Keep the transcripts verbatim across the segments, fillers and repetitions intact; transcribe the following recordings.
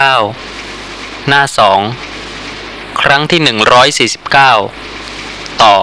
เก้าหน้าสองครั้งที่หนึ่งร้อยสี่สิบเก้าต่อ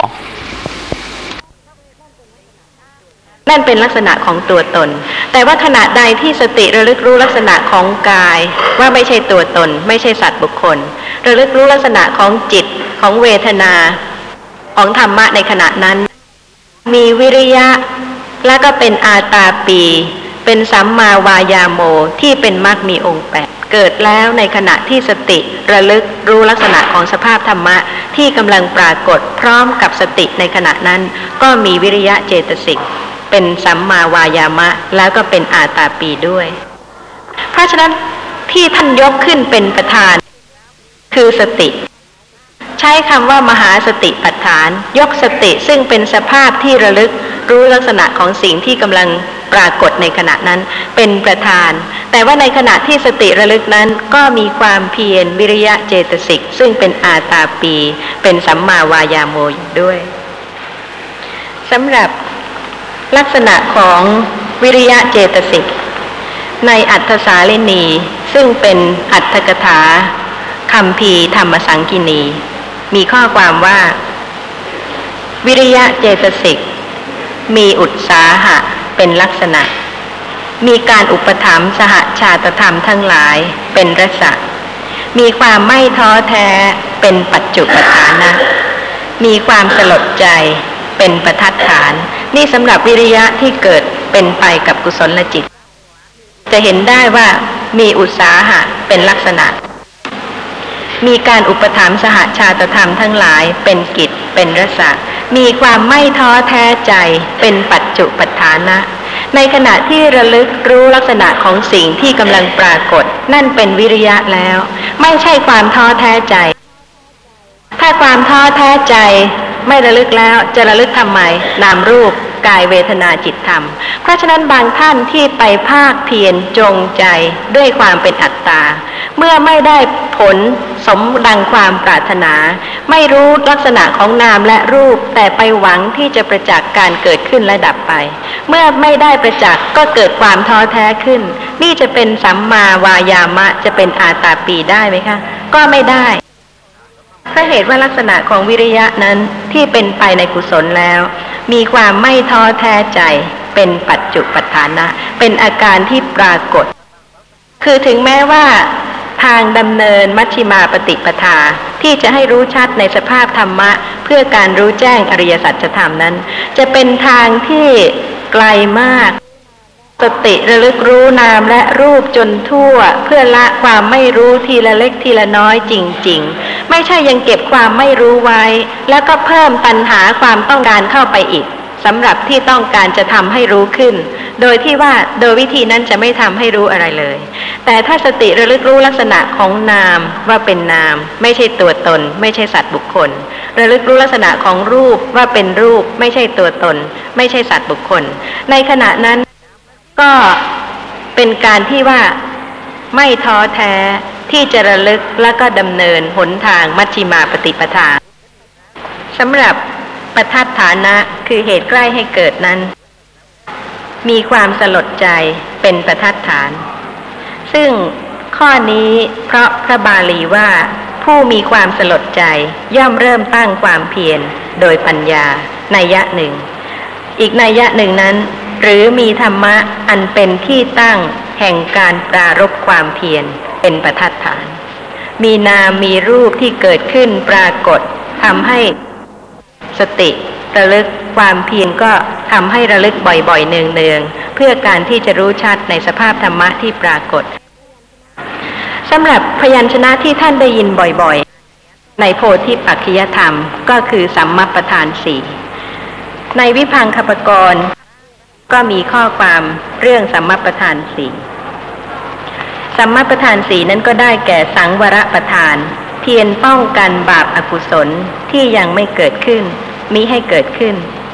นั่นเป็นลักษณะของตัวตนแต่ว่าขณะใดที่สติระลึกรู้ลักษณะของกายว่าไม่ใช่ตัวตนไม่ใช่สัตว์บุคคลระลึกรู้ลักษณะของจิตของเวทนาของธรรมะในขณะนั้นมีวิริยะและก็เป็นอาตาปีเป็นสัมมาวายาโมที่เป็นมรรคมีองค์แปดเกิดแล้วในขณะที่สติระลึกรู้ลักษณะของสภาพธรรมะที่กำลังปรากฏพร้อมกับสติในขณะนั้นก็มีวิริยะเจตสิกเป็นสัมมาวายามะแล้วก็เป็นอาตาปีด้วยเพราะฉะนั้นที่ท่านยกขึ้นเป็นประธานคือสติใช้คำว่ามหาสติปัฏฐานยกสติซึ่งเป็นสภาพที่ระลึกรู้ลักษณะของสิ่งที่กำลังปรากฏในขณะนั้นเป็นประธานแต่ว่าในขณะที่สติระลึกนั้นก็มีความเพียรวิริยะเจตสิกซึ่งเป็นอาตาปีเป็นสัมมาวายาโมอยู่ด้วยสำหรับลักษณะของวิริยะเจตสิกในอัฏฐสาลินีซึ่งเป็นอัตถกถาคัมภีร์ธรรมสังคีนีมีข้อความว่าวิริยะเจตสิกมีอุตสาหะเป็นลักษณะมีการอุปถัมภ์สหชาตธรรมทั้งหลายเป็นรสะมีความไม่ท้อแท้เป็นปัจจุปทานะมีความสลดใจเป็นประทัดฐานนี่สำหรับวิริยะที่เกิดเป็นไปกับกุศลจิตจะเห็นได้ว่ามีอุตสาหะเป็นลักษณะมีการอุปถัมภ์สหชาตธรรมทั้งหลายเป็นกิจเป็นรสะมีความไม่ท้อแท้ใจเป็นปัจจุปทานะในขณะที่ระลึกรู้ลักษณะของสิ่งที่กำลังปรากฏนั่นเป็นวิริยะแล้วไม่ใช่ความท้อแท้ใจถ้าความท้อแท้ใจไม่ระลึกแล้วจะระลึกทำไมนามรูปกายเวทนาจิตธรรมเพราะฉะนั้นบางท่านที่ไปภาคเพียรจงใจด้วยความเป็นอัตตาเมื่อไม่ได้ผลสมดังความปรารถนาไม่รู้ลักษณะของนามและรูปแต่ไปหวังที่จะประจักษ์การเกิดขึ้นและดับไปเมื่อไม่ได้ประจักษ์ก็เกิดความท้อแท้ขึ้นนี่จะเป็นสัมมาวายามะจะเป็นอาตาปีได้ไหมคะก็ไม่ได้เพราะเหตุว่าลักษณะของวิริยะนั้นที่เป็นไปในกุศลแล้วมีความไม่ท้อแท้ใจเป็นปัจจุปทานะเป็นอาการที่ปรากฏคือถึงแม้ว่าทางดำเนินมัชฌิมาปฏิปทาที่จะให้รู้ชัดในสภาพธรรมะเพื่อการรู้แจ้งอริยสัจธรรมนั้นจะเป็นทางที่ไกลมากสติระลึกรู้นามและรูปจนทั่วเพื่อละความไม่รู้ทีละเล็กทีละน้อยจริงๆไม่ใช่ยังเก็บความไม่รู้ไว้แล้วก็เพิ่มตัณหาความต้องการเข้าไปอีกสำหรับที่ต้องการจะทำให้รู้ขึ้นโดยที่ว่าโดยวิธีนั้นจะไม่ทำให้รู้อะไรเลยแต่ถ้าสติระลึกรู้ลักษณะของนามว่าเป็นนามไม่ใช่ตัวตนไม่ใช่สัตว์บุคคลระลึกรู้ลักษณะของรูปว่าเป็นรูปไม่ใช่ตัวตนไม่ใช่สัตว์บุคคลในขณะนั้นก็เป็นการที่ว่าไม่ท้อแท้ที่จะระลึกและก็ดำเนินหนทางมัชฌิมาปฏิปทาสำหรับประทัดฐานะคือเหตุใกล้ให้เกิดนั้นมีความสลดใจเป็นประทัดฐานซึ่งข้อนี้เพราะพระบาลีว่าผู้มีความสลดใจย่อมเริ่มตั้งความเพียรโดยปัญญานัยยะหนึ่งอีกนัยยะหนึ่งนั้นหรือมีธรรมะอันเป็นที่ตั้งแห่งการปรารภความเพียรเป็นประทัดฐานมีนามมีรูปที่เกิดขึ้นปรากฏทำให้สติระลึกความเพียรก็ทำให้ระลึกบ่อยๆเนืองๆเพื่อการที่จะรู้ชัดในสภาพธรรมะที่ปรากฏสำหรับพยัญชนะที่ท่านได้ยินบ่อยๆในโพธิปักขิยธรรมก็คือสัมมัปปทานสี่ในวิพังคปกรณ์ก็มีข้อความเรื่องสัมมัปปทานสี่สัมมัปปทานสี่นั้นก็ได้แก่สังวรประทานเพียรป้องกันบาปอกุศลที่ยังไม่เกิดขึ้นมิให้เกิดขึ้น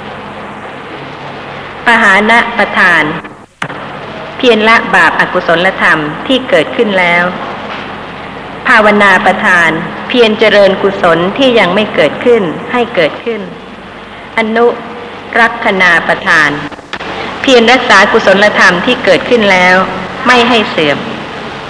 ปหานะประทานเพียรละบาปอกุศลธรรมที่เกิดขึ้นแล้วภาวนาประทานเพียรเจริญกุศลที่ยังไม่เกิดขึ้นให้เกิดขึ้นอนุรักขณาประทานเพียรรักษากุศลธรรมที่เกิดขึ้นแล้วไม่ให้เสื่อม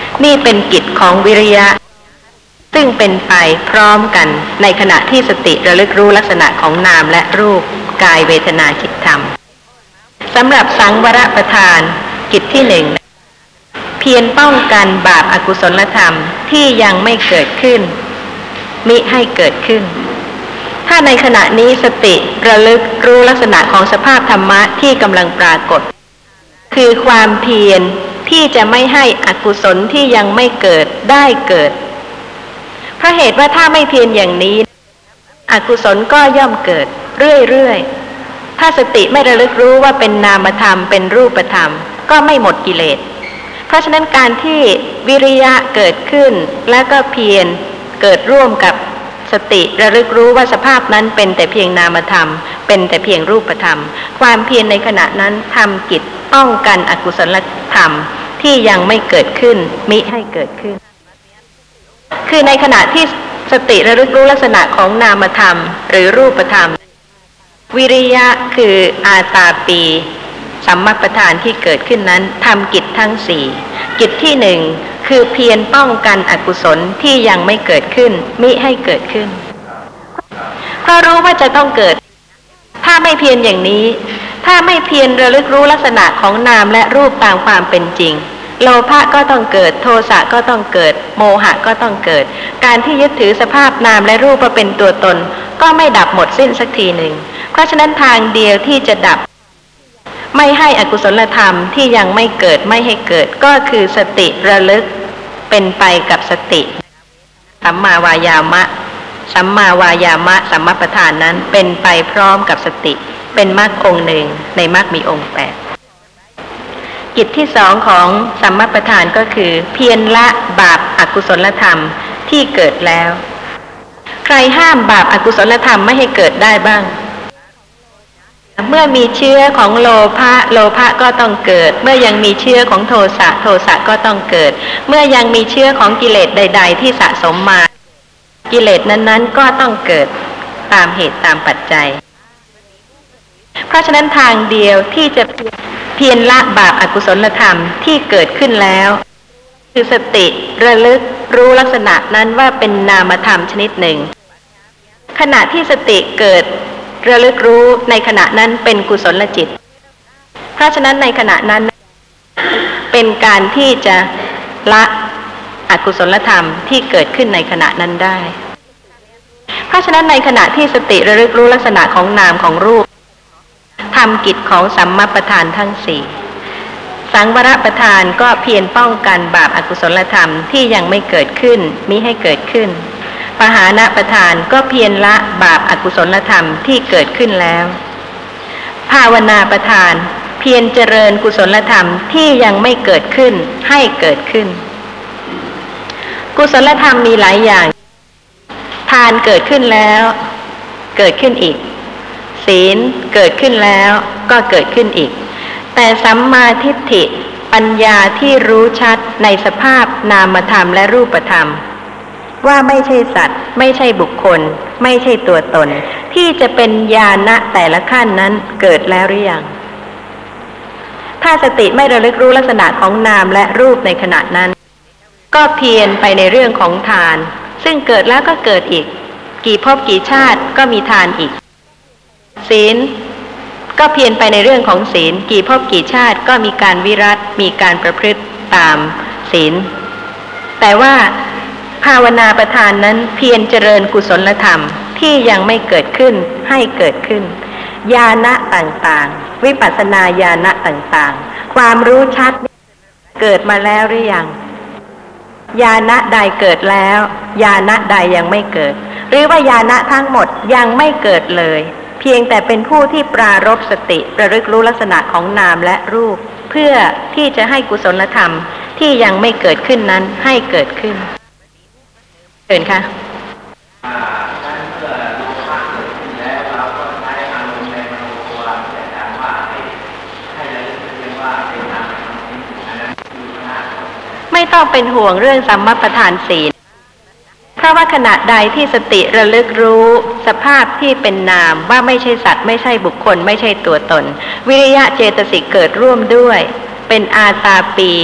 นี่เป็นกิจของวิริยะซึ่งเป็นไปพร้อมกันในขณะที่สติระลึกรู้ลักษณะของนามและรูปกายเวทนาจิตธรรมสำหรับสังวรประธานกิจที่หนึ่งเพียรป้องกันบาปอกุศลธรรมที่ยังไม่เกิดขึ้นมิให้เกิดขึ้นถ้าในขณะนี้สติระลึกรู้ลักษณะของสภาพธรรมะที่กำลังปรากฏคือความเพียรที่จะไม่ให้อกุศลที่ยังไม่เกิดได้เกิดเพราะเหตุว่าถ้าไม่เพียรอย่างนี้อกุศลก็ย่อมเกิดเรื่อยๆถ้าสติไม่ระลึกรู้ว่าเป็นนามธรรมเป็นรูปธรรมก็ไม่หมดกิเลสเพราะฉะนั้นการที่วิริยะเกิดขึ้นและก็เพียรเกิดร่วมกับสติระลึกรู้ว่าสภาพนั้นเป็นแต่เพียงนามธรรมเป็นแต่เพียงรูปธรรมความเพียรในขณะนั้นทำกิจป้องกันอกุศลธรรมที่ยังไม่เกิดขึ้นมิให้เกิดขึ้นคือในขณะที่สติระลึกรู้ลักษณะของนามธรรมหรือรูปธรรมวิริยะคืออาตาปีสัมมัปปทานที่เกิดขึ้นนั้นทำกิจทั้งสี่กิจที่หนึ่งคือเพียรป้องกันอกุศลที่ยังไม่เกิดขึ้นมิให้เกิดขึ้นเพราะรู้ว่าจะต้องเกิดถ้าไม่เพียรอย่างนี้ถ้าไม่เพียรระลึกรู้ลักษณะของนามและรูปตามความเป็นจริงโลภะก็ต้องเกิดโทสะก็ต้องเกิดโมหะก็ต้องเกิดการที่ยึดถือสภาพนามและรูปว่าเป็นตัวตนก็ไม่ดับหมดสิ้นสักทีหนึ่งเพราะฉะนั้นทางเดียวที่จะดับไม่ให้อกุศลธรรมที่ยังไม่เกิดไม่ให้เกิดก็คือสติระลึกเป็นไปกับสติสัมมาวายามะสัมมาวายามะสัมมัปปทานนั้นเป็นไปพร้อมกับสติเป็นมรรคองค์หนึ่งในมรรคมีองค์แปดกิจที่สองของสัมมัปปทานก็คือเพียรละบาปอกุศลธรรมที่เกิดแล้วใครห้ามบาปอกุศลธรรมไม่ให้เกิดได้บ้างเมื่อมีเชื้อของโลภะโลภะก็ต้องเกิดเมื่อยังมีเชื้อของโทสะโทสะก็ต้องเกิดเมื่อยังมีเชื้อของกิเลสใดๆที่สะสมมากิเลสนั้นๆก็ต้องเกิดตามเหตุตามปัจจัยเพราะฉะนั้นทางเดียวที่จะเพียรละบาปอกุศลธรรมที่เกิดขึ้นแล้วคือสติระลึกรู้ลักษณะนั้นว่าเป็นนามธรรมชนิดหนึ่งขณะที่สติเกิดระลึกรู้ในขณะนั้นเป็นกุศลจิตเพราะฉะนั้นในขณะนั้นเป็นการที่จะละอกุศลธรรมที่เกิดขึ้นในขณะนั้นได้เพราะฉะนั้นในขณะที่สติระลึกรู้ลักษณะของนามของรูปทำกิจของสัมมัปปทานทั้งสี่สังวรประธานก็เพียรป้องกันบาปอกุศลธรรมที่ยังไม่เกิดขึ้นมิให้เกิดขึ้นปหานประธานก็เพียรละบาปอกุศลธรรมที่เกิดขึ้นแล้วภาวนาประธานเพียรเจริญกุศลธรรมที่ยังไม่เกิดขึ้นให้เกิดขึ้นกุศลธรรมมีหลายอย่างทานเกิดขึ้นแล้วเกิดขึ้นอีกศีลเกิดขึ้นแล้วก็เกิดขึ้นอีกแต่สัมมาทิฏฐิปัญญาที่รู้ชัดในสภาพนามธรรมและรูปธรรมว่าไม่ใช่สัตว์ไม่ใช่บุคคลไม่ใช่ตัวตนที่จะเป็นญาณะแต่ละขั้นนั้นเกิดแล้วหรือยังถ้าสติไม่ระลึกรู้ลักษณะของนามและรูปในขณะนั้นก็เพียรไปในเรื่องของทานซึ่งเกิดแล้วก็เกิดอีกกี่ภพกี่ชาติก็มีทานอีกศีลก็เพียรไปในเรื่องของศีลกี่ภพกี่ชาติก็มีการวิรัติมีการประพฤติตามศีลแต่ว่าภาวนาประธานนั้นเพียรเจริญกุศลธรรมที่ยังไม่เกิดขึ้นให้เกิดขึ้นญาณะต่างๆวิปัสสนาญาณะต่างๆความรู้ชัดเกิดมาแล้วหรือยังญาณะใดเกิดแล้วญาณะใดยังไม่เกิดหรือว่าญาณะทั้งหมดยังไม่เกิดเลยเพียงแต่เป็นผู้ที่ปรารภสติระลึกรู้ลักษณะของนามและรูปเพื่อที่จะให้กุศลธรรมที่ยังไม่เกิดขึ้นนั้นให้เกิดขึ้นเชิญค่ะไม่ต้องเป็นห่วงเรื่องสัมมัปปทานศีลเพราะว่าขณะใดที่สติระลึกรู้สภาพที่เป็นนามว่าไม่ใช่สัตว์ไม่ใช่บุคคลไม่ใช่ตัวตนวิริยะเจตสิกเกิดร่วมด้วยเป็นอาตาปี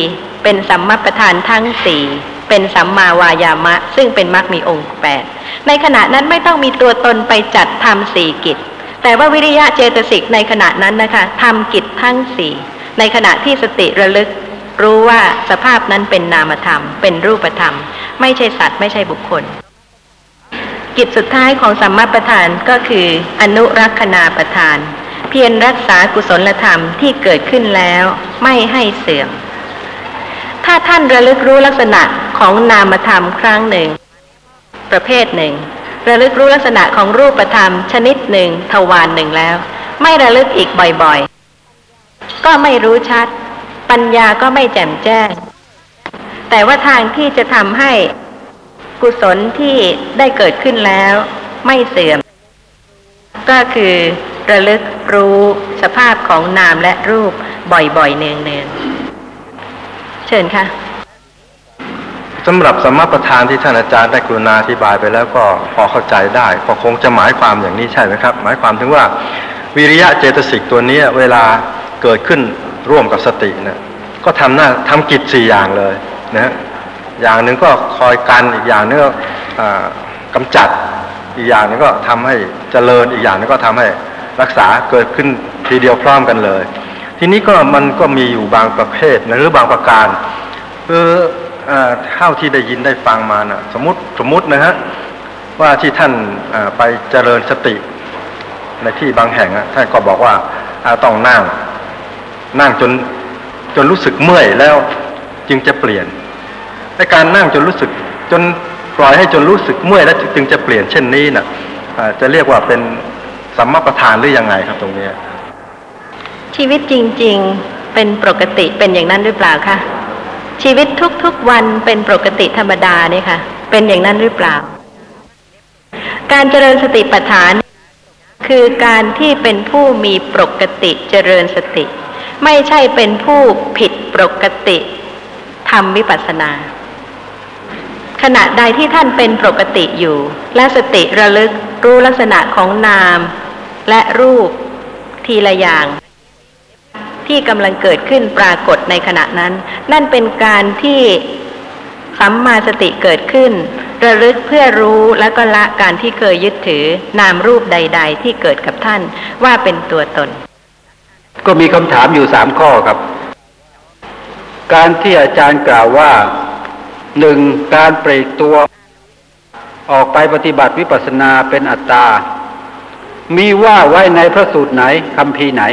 เป็นสัมมาประธานทั้งสี่เป็นสัมมาวายามะซึ่งเป็นมรรคมีองค์แปดในขณะนั้นไม่ต้องมีตัวตนไปจัดทำสี่กิจแต่ว่าวิริยะเจตสิกในขณะนั้นนะคะทำกิจทั้งสี่ในขณะที่สติระลึกรู้ว่าสภาพนั้นเป็นนามธรรมเป็นรูปธรรมไม่ใช่สัตว์ไม่ใช่บุคคลกิจสุดท้ายของสัมมาประธานก็คืออนุรักษณาประธานเพียรรักษากุศลธรรมที่เกิดขึ้นแล้วไม่ให้เสื่อมถ้าท่านระลึกรู้ลักษณะของนามธรรมครั้งหนึ่งประเภทหนึ่งระลึกรู้ลักษณะของรูปธรรมชนิดหนึ่งทวารหนึ่งแล้วไม่ระลึกอีกบ่อยๆก็ไม่รู้ชัดปัญญาก็ไม่แจ่มแจ้งแต่ว่าทางที่จะทำให้กุศลที่ได้เกิดขึ้นแล้วไม่เสื่อมก็คือระลึกรู้สภาพของนามและรูปบ่อยๆเนืองๆเชิญค่ะสำหรับสัมมาประธานที่ท่านอาจารย์ได้กรุณาอธิบายไปแล้วก็พอเข้าใจได้ก็คงจะหมายความอย่างนี้ใช่ไหมครับหมายความถึงว่าวิริยะเจตสิกตัวนี้เวลาเกิดขึ้นร่วมกับสติเนี่ยก็ทำหน้าทำกิจสี่อย่างเลยนะอย่างหนึ่งก็คอยกันอีกอย่างนึงก็กำจัดอีกอย่างนึงก็ทำให้เจริญอีกอย่างนึงก็ทำให้รักษาเกิดขึ้นทีเดียวพร้อมกันเลยทีนี้ก็มันก็มีอยู่บางประเภทหรือบางประการคือเท่าที่ได้ยินได้ฟังมานะสมมติสมมตินะฮะว่าที่ท่านไปเจริญสติในที่บางแห่งท่านก็บอกว่าต้องนั่งนั่งจนจนรู้สึกเมื่อยแล้วจึงจะเปลี่ยนในการนั่งจนรู้สึกจนปล่อยให้จนรู้สึกเมื่อยแล้วจึงจะเปลี่ยนเช่นนี้นะจะเรียกว่าเป็นสัมมาประธานหรือยังไงครับตรงนี้ชีวิตจริงๆเป็นปกติเป็นอย่างนั้นหรือเปล่าคะชีวิตทุกๆวันเป็นปกติธรรมดาเนี่ยค่ะเป็นอย่างนั้นหรือเปล่าการเจริญสติปัฏฐานคือการที่เป็นผู้มีปกติเจริญสติไม่ใช่เป็นผู้ผิดปกติทำวิปัสสนาขณะใดที่ท่านเป็นปกติอยู่และสติระลึกรู้ลักษณะของนามและรูปทีละอย่างที่กำลังเกิดขึ้นปรากฏในขณะนั้นนั่นเป็นการที่สัมมาสติเกิดขึ้นระลึกเพื่อรู้แล้วก็ละการที่เคยยึดถือนามรูปใดๆที่เกิดกับท่านว่าเป็นตัวตนก็มีคำถามอยู่สามข้อครับการที่อาจารย์กล่าวว่าหนึ่งการปลีกตัวออกไปปฏิบัติวิปัสสนาเป็นอัตตามีว่าไว้ในพระสูตรไหนคัมภีร์ไหน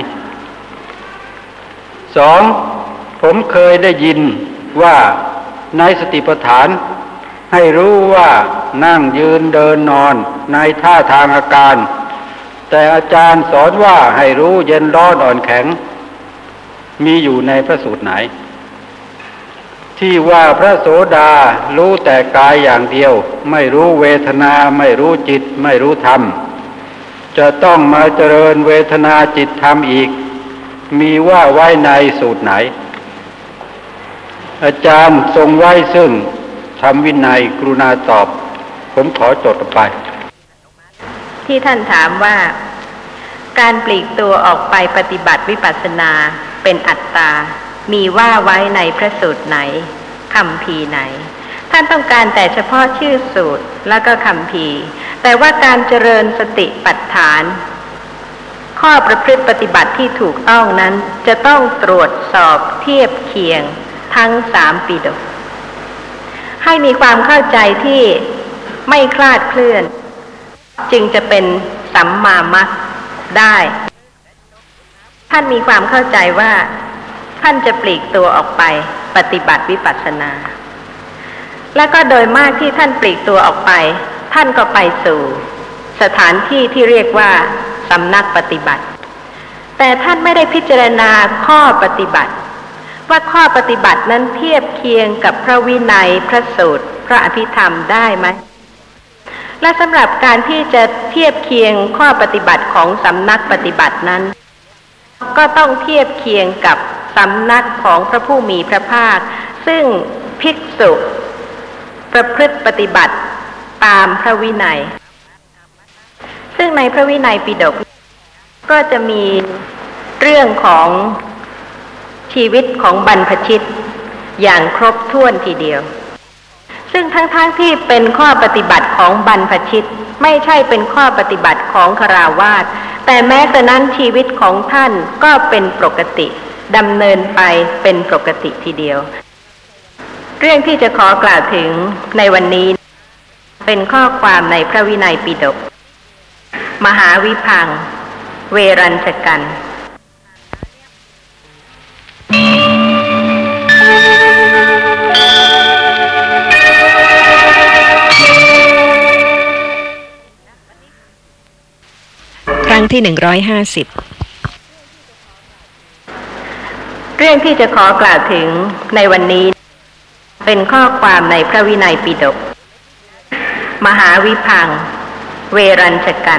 สองผมเคยได้ยินว่าในสติปัฏฐานให้รู้ว่านั่งยืนเดินนอนในท่าทางอาการแต่อาจารย์สอนว่าให้รู้เย็นร้อนอ่อนแข็งมีอยู่ในพระสูตรไหนที่ว่าพระโสดารู้แต่กายอย่างเดียวไม่รู้เวทนาไม่รู้จิตไม่รู้ธรรมจะต้องมาเจริญเวทนาจิตธรรมอีกมีว่าไว้ในสูตรไหนอาจารย์ทรงไว้ซึ่งธรรมวินัยกรุณาตอบผมขอจดไปที่ท่านถามว่าการปลีกตัวออกไปปฏิบัติวิปัสสนาเป็นอัตตามีว่าไว้ในพระสูตรไหนคัมภีร์ไหนท่านต้องการแต่เฉพาะชื่อสูตรแล้วก็คัมภีร์แต่ว่าการเจริญสติปัฏฐานข้อประพฤติปฏิบัติที่ถูกต้องนั้นจะต้องตรวจสอบเทียบเคียงทั้งสามปิฎกให้มีความเข้าใจที่ไม่คลาดเคลื่อนจึงจะเป็นสัมมามรรคได้ท่านมีความเข้าใจว่าท่านจะปลีกตัวออกไปปฏิบัติวิปัสสนาแล้วก็โดยมากที่ท่านปลีกตัวออกไปท่านก็ไปสู่สถานที่ที่เรียกว่าสำนักปฏิบัติแต่ท่านไม่ได้พิจารณาข้อปฏิบัติว่าข้อปฏิบัตินั้นเทียบเคียงกับพระวินัยพระสูตรพระอภิธรรมได้ไหมและสำหรับการที่จะเทียบเคียงข้อปฏิบัติของสำนักปฏิบัตินั้นก็ต้องเทียบเคียงกับสำนักของพระผู้มีพระภาคซึ่งภิกษุประพฤติปฏิบัติตามพระวินัยซึ่งในพระวินัยปิฎกก็จะมีเรื่องของชีวิตของบรรพชิตอย่างครบถ้วนทีเดียวซึ่งทั้งๆ ท, ที่เป็นข้อปฏิบัติของบรรพชิตไม่ใช่เป็นข้อปฏิบัติของฆราวาสแต่แม้แต่นั้นชีวิตของท่านก็เป็นปกติดำเนินไปเป็นปกติทีเดียวเรื่องที่จะขอกล่าวถึงในวันนี้เป็นข้อความในพระวินัยปิฎกมหาวิพังค์เวรัญชกันครั้งที่หนึ่งร้อยห้าสิบเรื่องที่จะขอกล่าวถึงในวันนี้เป็นข้อความในพระวินัยปิฎกมหาวิพังค์เวรัญชกัน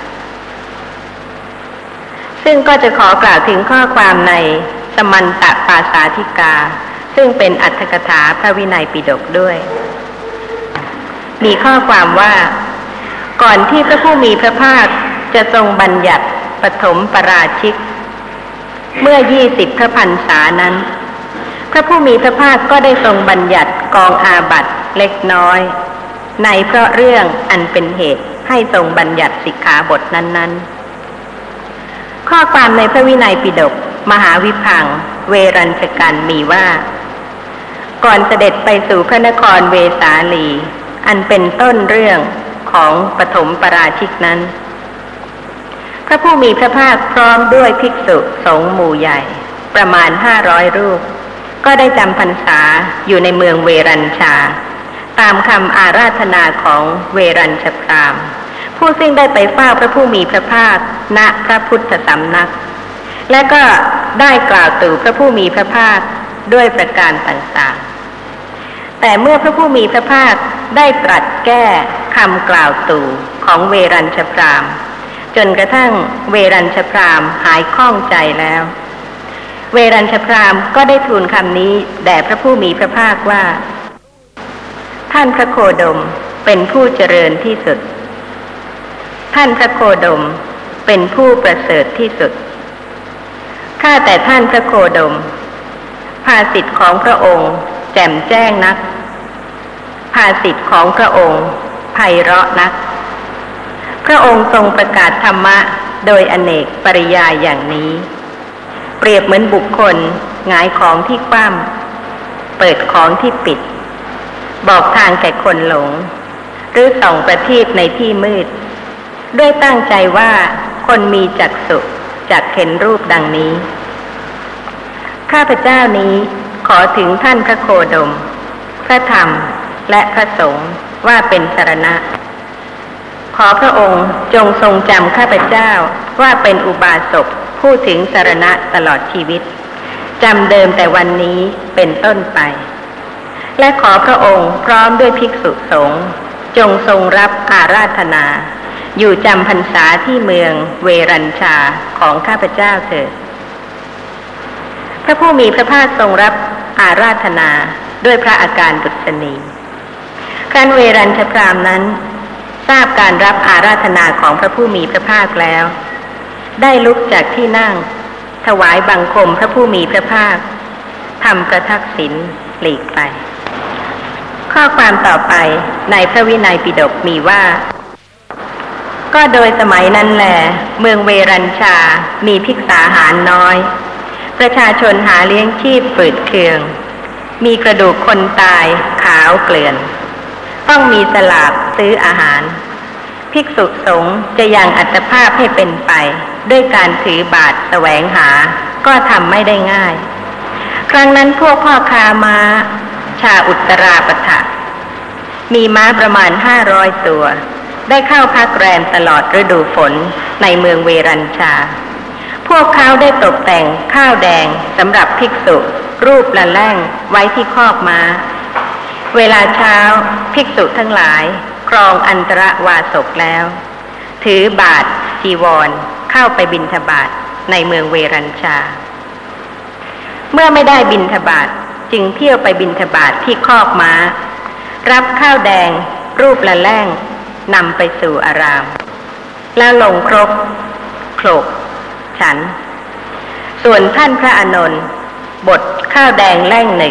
ซึ่งก็จะขอกล่าวถึงข้อความในสมันตปาสาธิกาซึ่งเป็นอรรถกถาพระวินัยปิฎกด้วยมีข้อความว่าก่อนที่พระผู้มีพระภาคจะทรงบัญญัติปฐมปราชิกเมื่อยี่สิบพระพรรษานั้นพระผู้มีพระภาคก็ได้ทรงบัญญัติกองอาบัติเล็กน้อยในเพราะเรื่องอันเป็นเหตุให้ทรงบัญญัติสิกขาบทนั้นๆข้อความในพระวินัยปิฎกมหาวิพังค์เวรัญชกันมีว่าก่อนเสด็จไปสู่พระนครเวสาลีอันเป็นต้นเรื่องของปฐมปราชิกนั้นพระผู้มีพระภาคพร้อมด้วยภิกษุสงฆ์หมู่ใหญ่ประมาณห้าร้อยรูปก็ได้จำพรรษาอยู่ในเมืองเวรัญชาตามคำอาราธนาของเวรัญชพราหมณ์ผู้ซึ่งได้ไปเฝ้าพระผู้มีพระภาคณพระพุทธสำนักและก็ได้กล่าวตู่พระผู้มีพระภาคด้วยประการต่างๆแต่เมื่อพระผู้มีพระภาคได้ตรัสแก้คำกล่าวตู่ของเวรัญชพราหมณ์จนกระทั่งเวรัญชพราหมณ์หายข้องใจแล้วเวรัญชพราหมณ์ก็ได้ทูลคำนี้แด่พระผู้มีพระภาคว่าท่านพระโคดมเป็นผู้เจริญที่สุดท่านพระโคดมเป็นผู้ประเสริฐที่สุดข้าแต่ท่านพระโคดมภาษิตของพระองค์แจ่มแจ้งนักภาษิตของพระองค์ไพเราะนักพระองค์ทรงประกาศธรรมะโดยอเนกปริยายอย่างนี้เปรียบเหมือนบุคคลหงายของที่คว่ำเปิดของที่ปิดบอกทางแก่คนหลงหรือส่องประทีปในที่มืดด้วยตั้งใจว่าคนมีจักษุจักเห็นรูปดังนี้ข้าพเจ้านี้ขอถึงท่านพระโคดมพระธรรมและพระสงฆ์ว่าเป็นสรณะขอพระองค์จงทรงจำข้าพเจ้าว่าเป็นอุบาสกผู้ถึงสรณะตลอดชีวิตจำเดิมแต่วันนี้เป็นต้นไปและขอพระองค์พร้อมด้วยภิกษุสงฆ์จงทรงรับอาราธนาอยู่จำพรรษาที่เมืองเวรัญชาของข้าพเจ้าเถิดพระผู้มีพระภาคทรงรับอาราธนาด้วยพระอาการดุษณีครั้นเวรัญชพราหมณ์นั้นทราบการรับอาราธนาของพระผู้มีพระภาคแล้วได้ลุกจากที่นั่งถวายบังคมพระผู้มีพระภาคทำประทักษิณหลีกไปข้อความต่อไปในพระวินัยปิฎกมีว่าก็โดยสมัยนั้นแลเมืองเวรัญชามีภิกษาหารน้อยประชาชนหาเลี้ยงชีพฝืดเคืองมีกระดูกคนตายขาวเกลื่อนต้องมีสลากซื้ออาหารภิกษุสงฆ์จะยังอัตภาพให้เป็นไปด้วยการถือบาตรแสวงหาก็ทำไม่ได้ง่ายครั้งนั้นพวกพ่อค้าม้าชาอุตราปถะมีม้าประมาณห้าร้อยตัวได้เข้าพักแรมตลอดฤดูฝนในเมืองเวรัญชาพวกเขาได้ตกแต่งข้าวแดงสำหรับภิกษุรูปละแล่งไว้ที่คอกม้าเวลาเช้าภิกษุทั้งหลายครองอันตรวาสกแล้วถือบาตรจีวรเข้าไปบิณฑบาตในเมืองเวรัญชาเมื่อไม่ได้บิณฑบาตจึงเที่ยวไปบิณฑบาตที่คอกม้ารับข้าวแดงรูปละแล่งนำไปสู่อารามแล้วลงครกโขลกฉันส่วนท่านพระอานนท์บดข้าวแดงแล่งหนึ่ง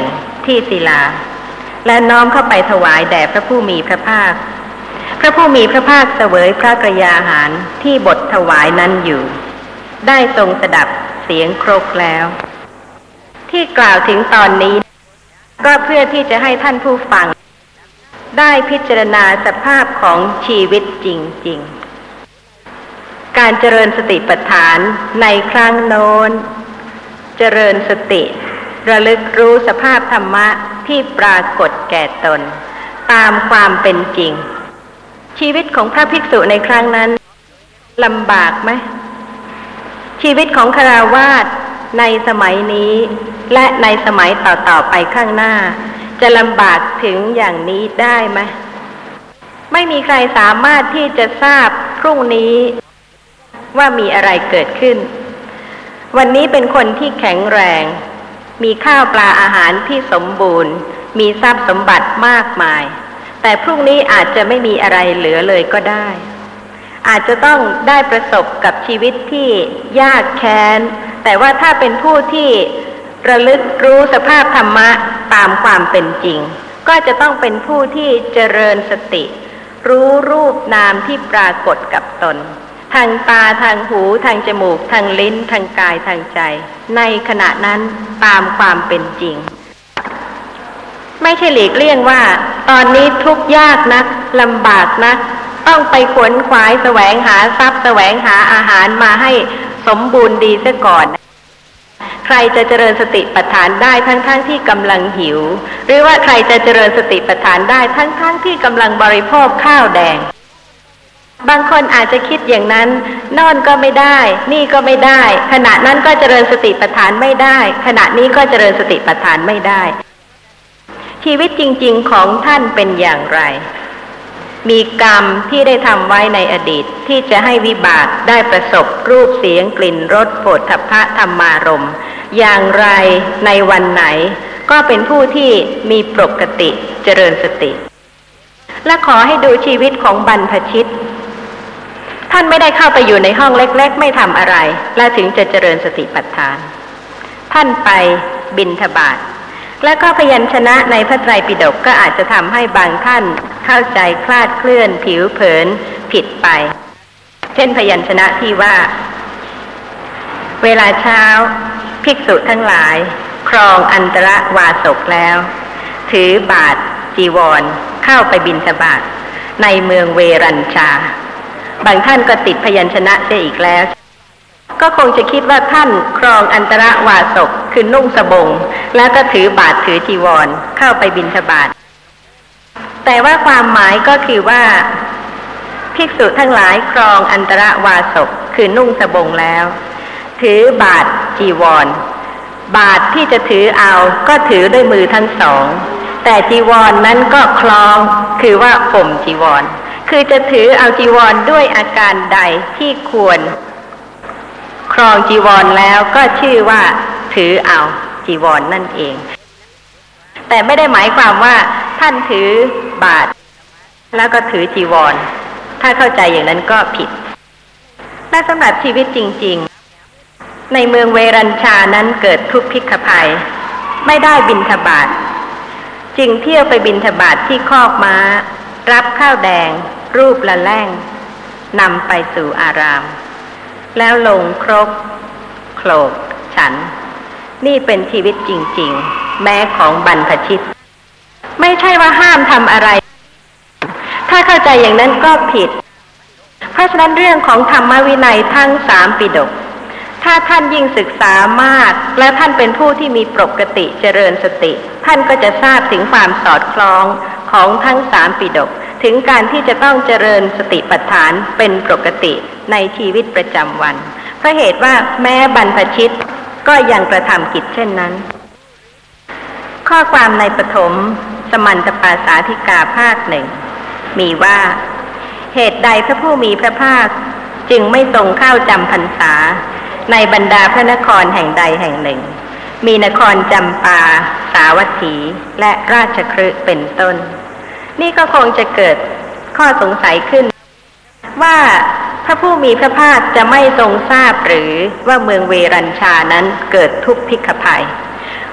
ที่ศิลาและน้อมเข้าไปถวายแด่พระผู้มีพระภาคพระผู้มีพระภาคเสวยพระกยาหารที่บทถวายนั้นอยู่ได้ทรงสดับเสียงครกแล้วที่กล่าวถึงตอนนี้ก็เพื่อที่จะให้ท่านผู้ฟังได้พิจารณาสภาพของชีวิตจริงๆการเจริญสติปัฏฐานในครั้งโน้นเจริญสติระลึกรู้สภาพธรรมะที่ปรากฏแก่ตนตามความเป็นจริงชีวิตของพระภิกษุในครั้งนั้นลำบากไหมชีวิตของฆราวาสในสมัยนี้และในสมัยต่อๆไปข้างหน้าจะลำบากถึงอย่างนี้ได้ไหมไม่มีใครสามารถที่จะทราบพรุ่งนี้ว่ามีอะไรเกิดขึ้นวันนี้เป็นคนที่แข็งแรงมีข้าวปลาอาหารที่สมบูรณ์มีทรัพย์สมบัติมากมายแต่พรุ่งนี้อาจจะไม่มีอะไรเหลือเลยก็ได้อาจจะต้องได้ประสบกับชีวิตที่ยากแค้นแต่ว่าถ้าเป็นผู้ที่ระลึกรู้สภาพธรรมะตามความเป็นจริงก็จะต้องเป็นผู้ที่เจริญสติรู้รูปนามที่ปรากฏกับตนทางตาทางหูทางจมูกทางลิ้นทางกายทางใจในขณะนั้นตามความเป็นจริงไม่ใช่หลีกเลี่ยงว่าตอนนี้ทุกข์ยากนักลำบากนักต้องไปขวนขวายแสวงหาทรัพย์แสวงหาอาหารมาให้สมบูรณ์ดีซะก่อนใครจะเจริญสติปัฏฐานได้ทั้งๆ ท, ที่กำลังหิวหรือว่าใครจะเจริญสติปัฏฐานได้ทั้งๆ ท, ที่กำลังบริโภคข้าวแดงบางคนอาจจะคิดอย่างนั้นนอนก็ไม่ได้นี่ก็ไม่ได้ขณะนั้นก็เจริญสติปัฏฐานไม่ได้ขณะนี้ก็เจริญสติปัฏฐานไม่ได้ชีวิตจริงๆของท่านเป็นอย่างไรมีกรรมที่ได้ทำไว้ในอดีตที่จะให้วิบากได้ประสบรูปเสียงกลิ่นรสโผฏฐัพพะธรรมารมณ์อย่างไรในวันไหนก็เป็นผู้ที่มีปกติเจริญสติและขอให้ดูชีวิตของบรรพชิตท่านไม่ได้เข้าไปอยู่ในห้องเล็กๆไม่ทำอะไรและถึงจะเจริญสติปัฏฐานท่านไปบิณฑบาตและก็พยัญชนะในพระไตรปิฎกก็อาจจะทำให้บางท่านเข้าใจคลาดเคลื่อนผิวเผินผิดไปเช่นพยัญชนะที่ว่าเวลาเช้าภิกษุทั้งหลายครองอันตรวาสกแล้วถือบาตรจีวรเข้าไปบิณฑบาตในเมืองเวรัญชาบางท่านก็ติดพยัญชนะเสียอีกแล้วก็คงจะคิดว่าท่านครองอันตรวาสกคือนุ่งสบงแล้วก็ถือบาตรถือจีวรเข้าไปบิณฑบาตแต่ว่าความหมายก็คือว่าภิกษุทั้งหลายครองอันตรวาสกคือนุ่งสบงแล้วถือบาตรจีวรบาตรที่จะถือเอาก็ถือด้วยมือทั้งสองแต่จีวร น, นั้นก็คล้องคือว่าห่มจีวรคือจะถือเอาจีวรด้วยอาการใดที่ควรครองจีวรแล้วก็ชื่อว่าถือเอาจีวร นั่นเองแต่ไม่ได้หมายความว่าท่านถือบาตรแล้วก็ถือจีวรถ้าเข้าใจอย่างนั้นก็ผิดและสำหรับชีวิตจริงๆในเมืองเวรัญชานั้นเกิดทุพพิกภัยไม่ได้บิณฑบาตจึงเที่ยวไปบิณฑบาตที่คอกม้ารับข้าวแดงรูปละแล่งนำไปสู่อารามแล้วลงครกโขลกฉันนี่เป็นชีวิตจริงๆแม้ของบรรพชิตไม่ใช่ว่าห้ามทำอะไรถ้าเข้าใจอย่างนั้นก็ผิดเพราะฉะนั้นเรื่องของธรรมวินัยทั้งสามปิฎกถ้าท่านยิ่งศึกษามากและท่านเป็นผู้ที่มีปกติเจริญสติท่านก็จะทราบถึงความสอดคล้องของทั้งสามปิฎกถึงการที่จะต้องเจริญสติปัฏฐานเป็นปกติในชีวิตประจำวันเพราะเหตุว่าแม้บรรพชิตก็ยังกระทำกิจเช่นนั้นข้อความในปฐมสมันตปาสาธิกาภาคหนึ่งมีว่าเหตุใดพระผู้มีพระภาคจึงไม่ทรงเข้าจำพรรษาในบรรดาพระนครแห่งใดแห่งหนึ่งมีนครจำปาสาวัตถีและราชคฤห์เป็นต้นนี่ก็คงจะเกิดข้อสงสัยขึ้นว่าพระผู้มีพระภาคจะไม่ทรงทราบหรือว่าเมืองเวรัญชานั้นเกิดทุพพิกภัย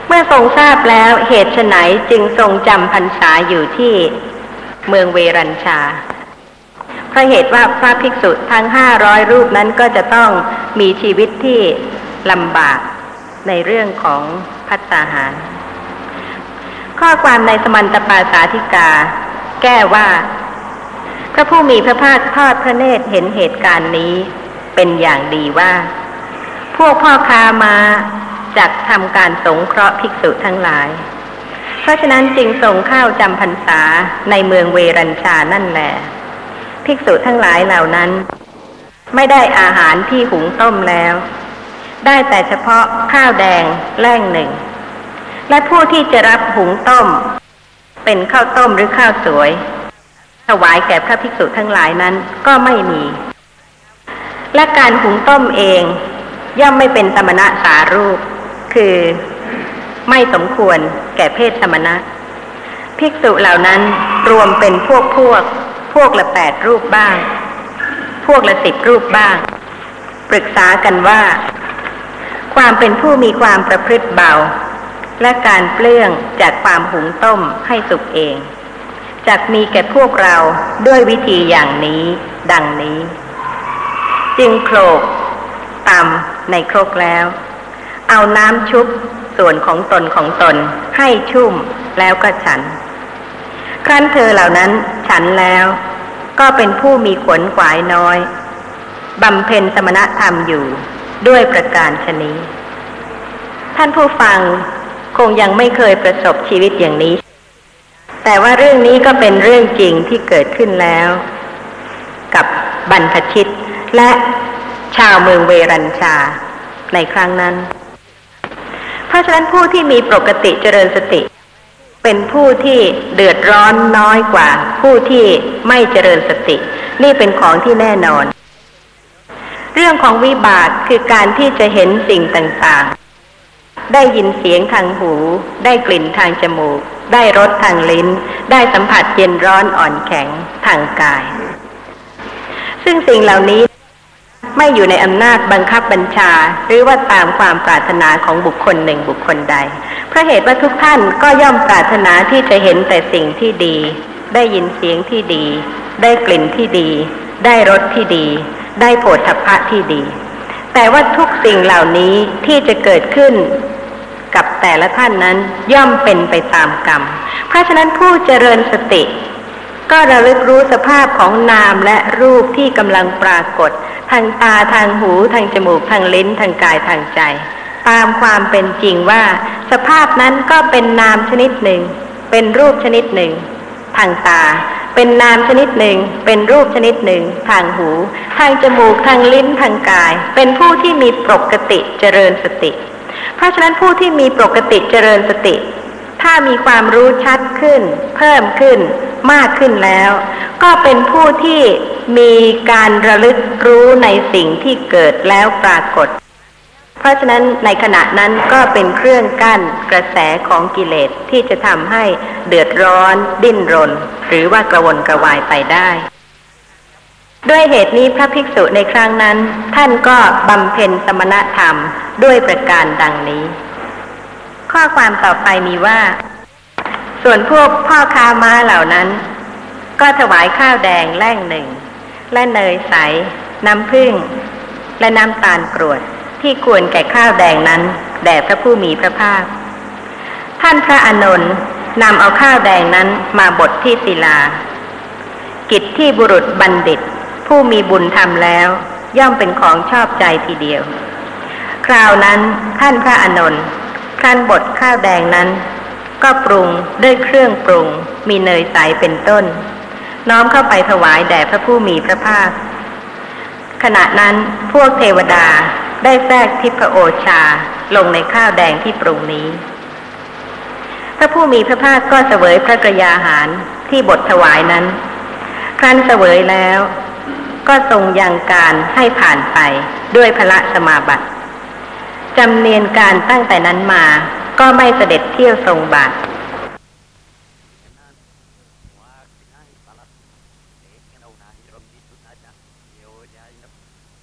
เมื่อทรงทราบแล้วเหตุไฉนจึงทรงจำพรรษาอยู่ที่เมืองเวรัญชาเพราะเหตุว่าพระภิกษุทั้งห้าร้อยรูปนั้นก็จะต้องมีชีวิตที่ลำบากในเรื่องของภัตตาหารข้อความในสมันตปาสาธิกาแก้ว่าพระผู้มีพระภาคทอดพระเนตรเห็นเหตุการณ์นี้เป็นอย่างดีว่าพวกพ่อค้ามาจักทำการสงเคราะห์ภิกษุทั้งหลายเพราะฉะนั้นจึงส่งข้าวจำพรรษาในเมืองเวรัญชานั่นแหละภิกษุทั้งหลายเหล่านั้นไม่ได้อาหารที่หุงต้มแล้วได้แต่เฉพาะข้าวแดงแล่งหนึ่งและผู้ที่จะรับหุงต้มเป็นข้าวต้มหรือข้าวสวยถวายแก่พระภิกษุทั้งหลายนั้นก็ไม่มีและการหุงต้มเองย่อมไม่เป็นสมณะสารูปคือไม่สมควรแก่เพศสมณะภิกษุเหล่านั้นรวมเป็นพวกพวกพวกละแปดรูปบ้างพวกละสิบรูปบ้างปรึกษากันว่าความเป็นผู้มีความประพฤติเบาและการเปลื้องจากความหุงต้มให้สุกเองจักมีแก่พวกเราด้วยวิธีอย่างนี้ดังนี้จึงโขลกตำในครกแล้วเอาน้ำชุบส่วนของตนของตนให้ชุ่มแล้วก็ฉันครั้นเธอเหล่านั้นฉันแล้วก็เป็นผู้มีขวนขวายน้อยบำเพ็ญสมณธรรมอยู่ด้วยประการฉนี้ท่านผู้ฟังคงยังไม่เคยประสบชีวิตอย่างนี้แต่ว่าเรื่องนี้ก็เป็นเรื่องจริงที่เกิดขึ้นแล้วกับบรรพชิตและชาวเมืองเวรัญชาในครั้งนั้นเพราะฉะนั้นผู้ที่มีปกติเจริญสติเป็นผู้ที่เดือดร้อนน้อยกว่าผู้ที่ไม่เจริญสตินี่เป็นของที่แน่นอนเรื่องของวิบากคือการที่จะเห็นสิ่งต่างๆได้ยินเสียงทางหูได้กลิ่นทางจมูกได้รสทางลิ้นได้สัมผัสเย็นร้อนอ่อนแข็งทางกายซึ่งสิ่งเหล่านี้ไม่อยู่ในอำนาจบังคับบัญชาหรือว่าตามความปรารถนาของบุคคลหนึ่งบุคคลใดเพราะเหตุว่าทุกท่านก็ย่อมปรารถนาที่จะเห็นแต่สิ่งที่ดีได้ยินเสียงที่ดีได้กลิ่นที่ดีได้รสที่ดีได้โผฏฐัพพะที่ดีแต่ว่าทุกสิ่งเหล่านี้ที่จะเกิดขึ้นกับแต่ละท่านนั้นย่อมเป็นไปตามกรรมเพราะฉะนั้นผู้เจริญสติก็ระลึกรู้สภาพของนามและรูปที่กำลังปรากฏทางตาทางหูทางจมูกทางลิ้นทางกายทางใจตามความเป็นจริงว่าสภาพนั้นก็เป็นนามชนิดหนึ่งเป็นรูปชนิดหนึ่งทางตาเป็นนามชนิดหนึ่งเป็นรูปชนิดหนึ่งทางหูทางจมูกทางลิ้นทางกายเป็นผู้ที่มีปกติเจริญสติเพราะฉะนั้นผู้ที่มีปกติเจริญสติถ้ามีความรู้ชัดขึ้นเพิ่มขึ้นมากขึ้นแล้วก็เป็นผู้ที่มีการระลึกรู้ในสิ่งที่เกิดแล้วปรากฏเพราะฉะนั้นในขณะนั้นก็เป็นเครื่องกั้นกระแสของกิเลสที่จะทำให้เดือดร้อนดิ้นรนหรือว่ากระวนกระวายไปได้ด้วยเหตุนี้พระภิกษุในครั้งนั้นท่านก็บำเพ็ญสมณธรรมด้วยประการดังนี้ข้อความต่อไปมีว่าส่วนพวกพ่อค้าม้าเหล่านั้นก็ถวายข้าวแดงแล่งหนึ่งและเนยใสน้ำผึ้งและน้ำตาลกรวดที่ควรแก่ข้าวแดงนั้นแด่พระผู้มีพระภาคท่านพระอานนท์นำเอาข้าวแดงนั้นมาบดที่ศิลากิจที่บุรุษบัณฑิตผู้มีบุญทำแล้วย่อมเป็นของชอบใจทีเดียวคราวนั้นท่านพระอานนท์ครั้นบดข้าวแดงนั้นก็ปรุงด้วยเครื่องปรุงมีเนยใสเป็นต้นน้อมเข้าไปถวายแด่พระผู้มีพระภาคขณะนั้นพวกเทวดาได้แทรกทิพโอชาลงในข้าวแดงที่ปรุงนี้พระผู้มีพระภาคก็เสวยพระกยาหารที่บดถวายนั้นครั้นเสวยแล้วก็ทรงยังการให้ผ่านไปด้วยพละสมาบัติจำเนียนการตั้งแต่นั้นมาก็ไม่เสด็จเที่ยวทรงบาท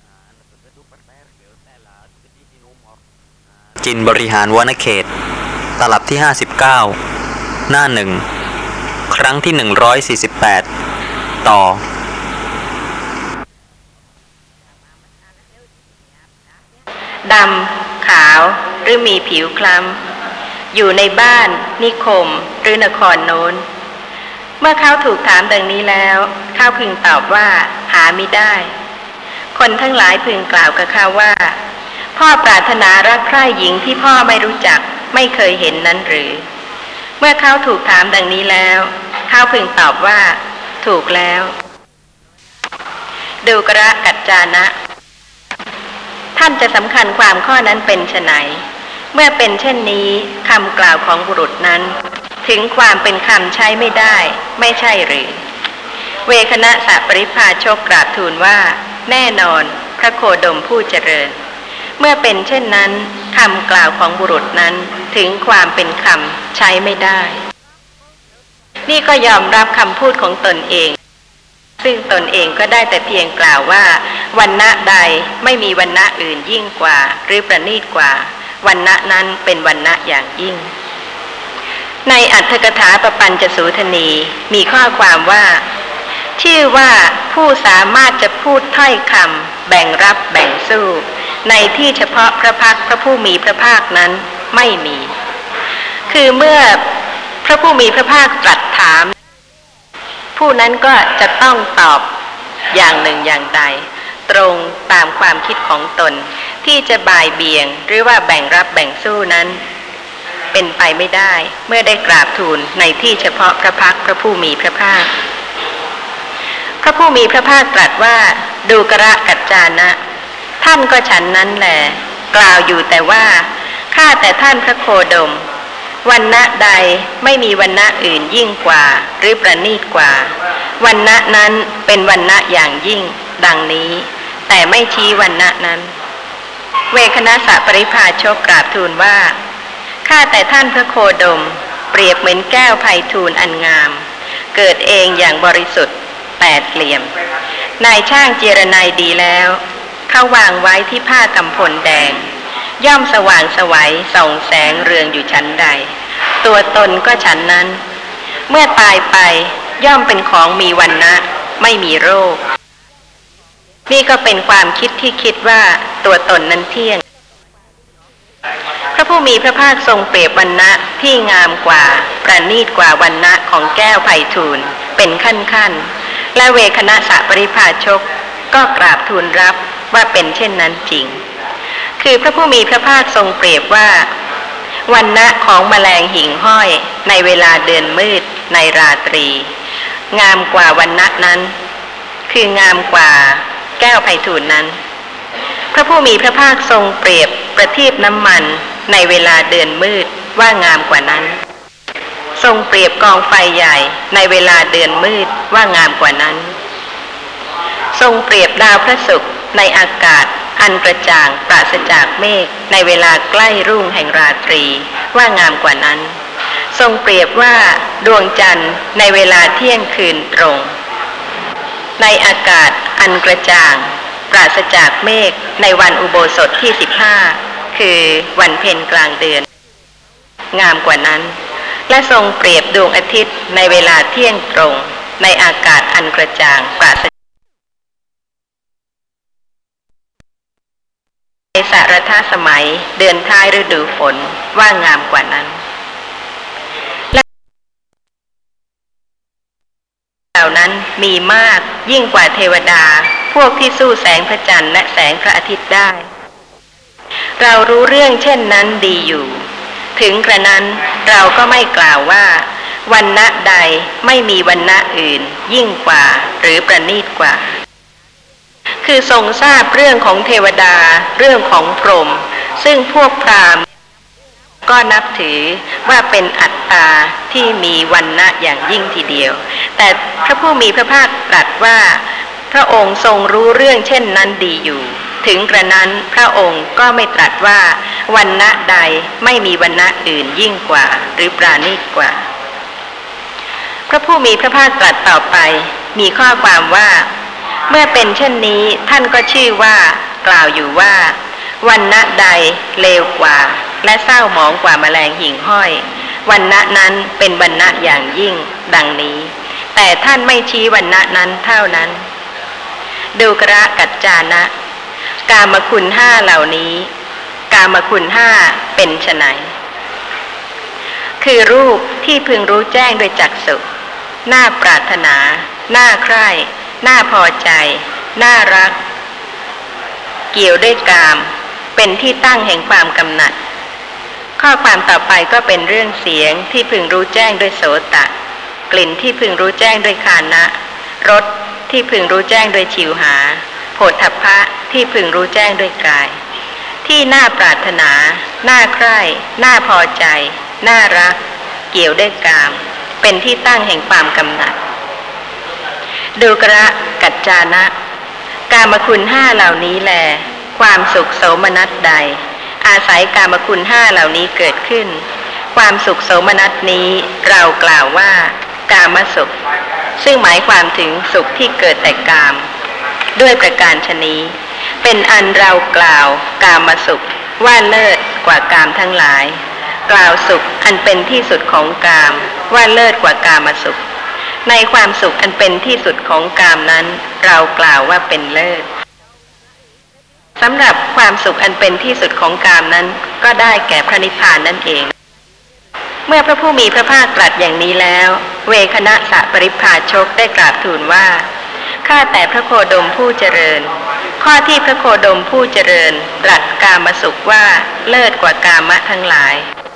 จินบริหารวนเขตตลับที่ห้าสิบเก้าหน้าหนึ่งครั้งที่หนึ่งร้อยสี่สิบแปดต่อดำขาวหรือมีผิวคล้ำอยู่ในบ้านนิคมหรือนครโน้นเมื่อเขาถูกถามดังนี้แล้วเขาพึงตอบว่าหามิได้คนทั้งหลายพึงกล่าวกับเขาว่าพ่อปรารถนารักใคร่หญิงที่พ่อไม่รู้จักไม่เคยเห็นนั้นหรือเมื่อเขาถูกถามดังนี้แล้วเขาพึงตอบว่าถูกแล้วดูกระกัจจานะท่านจะสำคัญความข้อนั้นเป็นไฉนเมื่อเป็นเช่นนี้คำกล่าวของบุรุษนั้นถึงความเป็นคำใช้ไม่ได้ไม่ใช่หรือเวคณะสปริพาชกกราบทูลว่าแน่นอนพระโคดมผู้เจริญเมื่อเป็นเช่นนั้นคำกล่าวของบุรุษนั้นถึงความเป็นคำใช้ไม่ได้นี่ก็ยอมรับคำพูดของตนเองซึ่งตนเองก็ได้แต่เพียงกล่าวว่าวรรณะใดไม่มีวรรณะอื่นยิ่งกว่าหรือประณีตกว่าวรรณะนั้นเป็นวรรณะอย่างยิ่งในอรรถกถาปปัญจสูทนีมีข้อความว่าชื่อว่าผู้สามารถจะพูดถ้อยคำแบ่งรับแบ่งสู้ในที่เฉพาะพระพักพระผู้มีพระภาคนั้นไม่มีคือเมื่อพระผู้มีพระภาคตรัสถามผู้นั้นก็จะต้องตอบอย่างหนึ่งอย่างใดตรงตามความคิดของตนที่จะบ่ายเบี่ยงหรือว่าแบ่งรับแบ่งสู้นั้นเป็นไปไม่ได้เมื่อได้กราบทูลในที่เฉพาะพระพักพระผู้มีพระภาคพระผู้มีพระภาคตรัสว่าดูกระกัจจานะท่านก็ฉันนั้นแหละกล่าวอยู่แต่ว่าข้าแต่ท่านพระโคดมวรรณะใดไม่มีวรรณะอื่นยิ่งกว่าหรือประณีตกว่าวรรณะนั้นเป็นวรรณะอย่างยิ่งดังนี้แต่ไม่ชี้วรรณะนั้นเวคณะสปริพาชกกราบทูลว่าข้าแต่ท่านพระโคดมเปรียบเหมือนแก้วไพฑูรย์อันงามเกิดเองอย่างบริสุทธิ์แปดเหลี่ยมนายช่างเจรไนดีแล้วเขาวางไว้ที่ผ้ากำพลแดงย่อมสว่างไสวส่องแสงเรืองอยู่ชั้นใดตัวตนก็ฉันนั้นเมื่อตายไปย่อมเป็นของมีวรรณะไม่มีโรคนี่ก็เป็นความคิดที่คิดว่าตัวตนนั้นเที่ยงพระผู้มีพระภาคทรงเปรียบวรรณะที่งามกว่าประณีตกว่าวรรณะของแก้วไพฑูรย์เป็นขั้นๆและเวคณะสปริพาชกก็กราบทูลรับว่าเป็นเช่นนั้นจริงคือพระผู้มีพระภาคทรงเปรียบว่าวรรณะของแมลงหิ่งห้อยในเวลาเดือนมืดในราตรีงามกว่าวรรณะนั้นคืองามกว่าแก้วไพฑูรย์นั้นพระผู้มีพระภาคทรงเปรียบประทีปน้ำมันในเวลาเดือนมืดว่างามกว่านั้นทรงเปรียบกองไฟใหญ่ในเวลาเดือนมืดว่างามกว่านั้นทรงเปรียบดาวพระศุกร์ในอากาศอันกระจ่างปราศจากเมฆในเวลาใกล้รุ่งแห่งราตรีว่างามกว่านั้นทรงเปรียบว่าดวงจันทร์ในเวลาเที่ยงคืนตรงในอากาศอันกระจ่างปราศจากเมฆในวันอุโบสถที่สิบห้าคือวันเพ็ญกลางเดือนงามกว่านั้นและทรงเปรียบดวงอาทิตย์ในเวลาเที่ยงตรงในอากาศอันกระจ่างปราศในสารทสมัยเดือนท้ายฤดูฝนว่างามกว่านั้นและเหล่านั้นมีมากยิ่งกว่าเทวดาพวกที่สู้แสงพระจันทร์และแสงพระอาทิตย์ได้เรารู้เรื่องเช่นนั้นดีอยู่ถึงกระนั้นเราก็ไม่กล่าวว่าวรรณะใดไม่มีวรรณะอื่นยิ่งกว่าหรือประณีตกว่าคือทรงทราบเรื่องของเทวดาเรื่องของพรหมซึ่งพวกพราหมณ์ก็นับถือว่าเป็นอัตตาที่มีวรรณะอย่างยิ่งทีเดียวแต่พระผู้มีพระภาคตรัสว่าพระองค์ทรงรู้เรื่องเช่นนั้นดีอยู่ถึงกระนั้นพระองค์ก็ไม่ตรัสว่าวรรณะใดไม่มีวรรณะอื่นยิ่งกว่าหรือปราณีตกว่าพระผู้มีพระภาคตรัสต่อไปมีข้อความว่าเมื่อเป็นเช่นนี้ท่านก็ชื่อว่ากล่าวอยู่ว่าวรรณะใดเลวกว่าและเศร้าหมองกว่าแมลงหิ่งห้อยวรรณะนั้นเป็นวรรณะอย่างยิ่งดังนี้แต่ท่านไม่ชี้วรรณะนั้นเท่านั้นดูกระกัจจานะ กามคุณห้าเหล่านี้กามคุณห้าเป็นไฉนคือรูปที่พึงรู้แจ้งโดยจักษุน่าปรารถนาน่าใคร่น่าพอใจน่ารักเกี่ยวด้วยกามเป็นที่ตั้งแห่งความกำหนัดข้อความต่อไปก็เป็นเรื่องเสียงที่พึงรู้แจ้งด้วยโสตะกลิ่นที่พึงรู้แจ้งด้วยฆานะรสที่พึงรู้แจ้งด้วยชิวหาโผฏฐัพพะที่พึงรู้แจ้งด้วยกายที่น่าปรารถนาน่าใคร่น่าพอใจน่ารักเกี่ยวด้วยกามเป็นที่ตั้งแห่งความกำหนัดดูกระกัจจานะ กามคุณห้าเหล่านี้แลความสุขโสมนัสใดอาศัยกามคุณห้าเหล่านี้เกิดขึ้นความสุขโสมนัสนี้เรากล่าวว่ากามสุขซึ่งหมายความถึงสุขที่เกิดแต่กามด้วยประการฉะนี้เป็นอันเรากล่าวกามสุขว่าเลิศกว่ากามทั้งหลายกล่าวสุขอันเป็นที่สุดของกามว่าเลิศกว่ากามสุขในความสุขอันเป็นที่สุดของกามนั้นเรากล่าวว่าเป็นเลิศสำหรับความสุขอันเป็นที่สุดของกามนั้นก็ได้แก่พระนิพพานนั่นเองเมื่อพระผู้มีพระภาคตรัสอย่างนี้แล้วเวคณะสะปริพพาชกได้กราบทูลว่าข้าแต่พระโคดมผู้เจริญข้อที่พระโคดมผู้เจริญตรัสกามสุขว่าเลิศกว่ากามะทั้งหลาย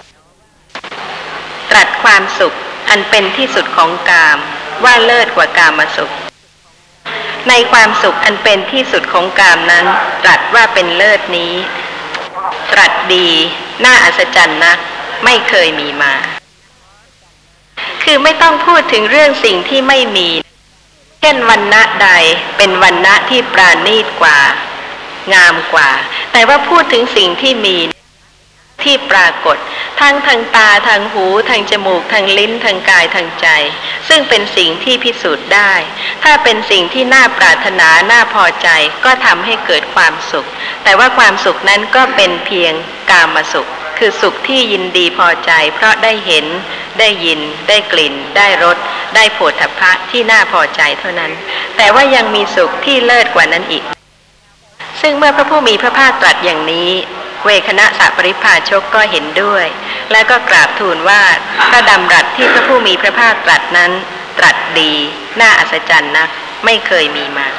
ตรัสความสุขอันเป็นที่สุดของกามว่าเลิศกว่ากามสุขในความสุขอันเป็นที่สุดของกามนั้นตรัสว่าเป็นเลิศนี้ตรัสดีน่าอัศจรรย์นักไม่เคยมีมาคือไม่ต้องพูดถึงเรื่องสิ่งที่ไม่มีเช่นวรรณะใดเป็นวรรณะที่ปราณีตกว่างามกว่าแต่ว่าพูดถึงสิ่งที่มีที่ปรากฏทั้งทางตาทางหูทางจมูกทางลิ้นทางกายทางใจซึ่งเป็นสิ่งที่พิสูจน์ได้ถ้าเป็นสิ่งที่น่าปรารถนาน่าพอใจก็ทำให้เกิดความสุขแต่ว่าความสุขนั้นก็เป็นเพียงกามสุขคือสุขที่ยินดีพอใจเพราะได้เห็นได้ยินได้กลิ่นได้รสได้โผฏฐัพพะที่น่าพอใจเท่านั้นแต่ว่ายังมีสุขที่เลิศกว่านั้นอีกซึ่งเมื่อพระผู้มีพระภาคตรัสอย่างนี้เวคณะสะปริพพาชกก็เห็นด้วยและก็กราบทูลว่าพระดำรัสที่พระผู้มีพระภาคตรัสนั้นตรัสดีน่าอัศจรรย์นักไม่เคยมีมา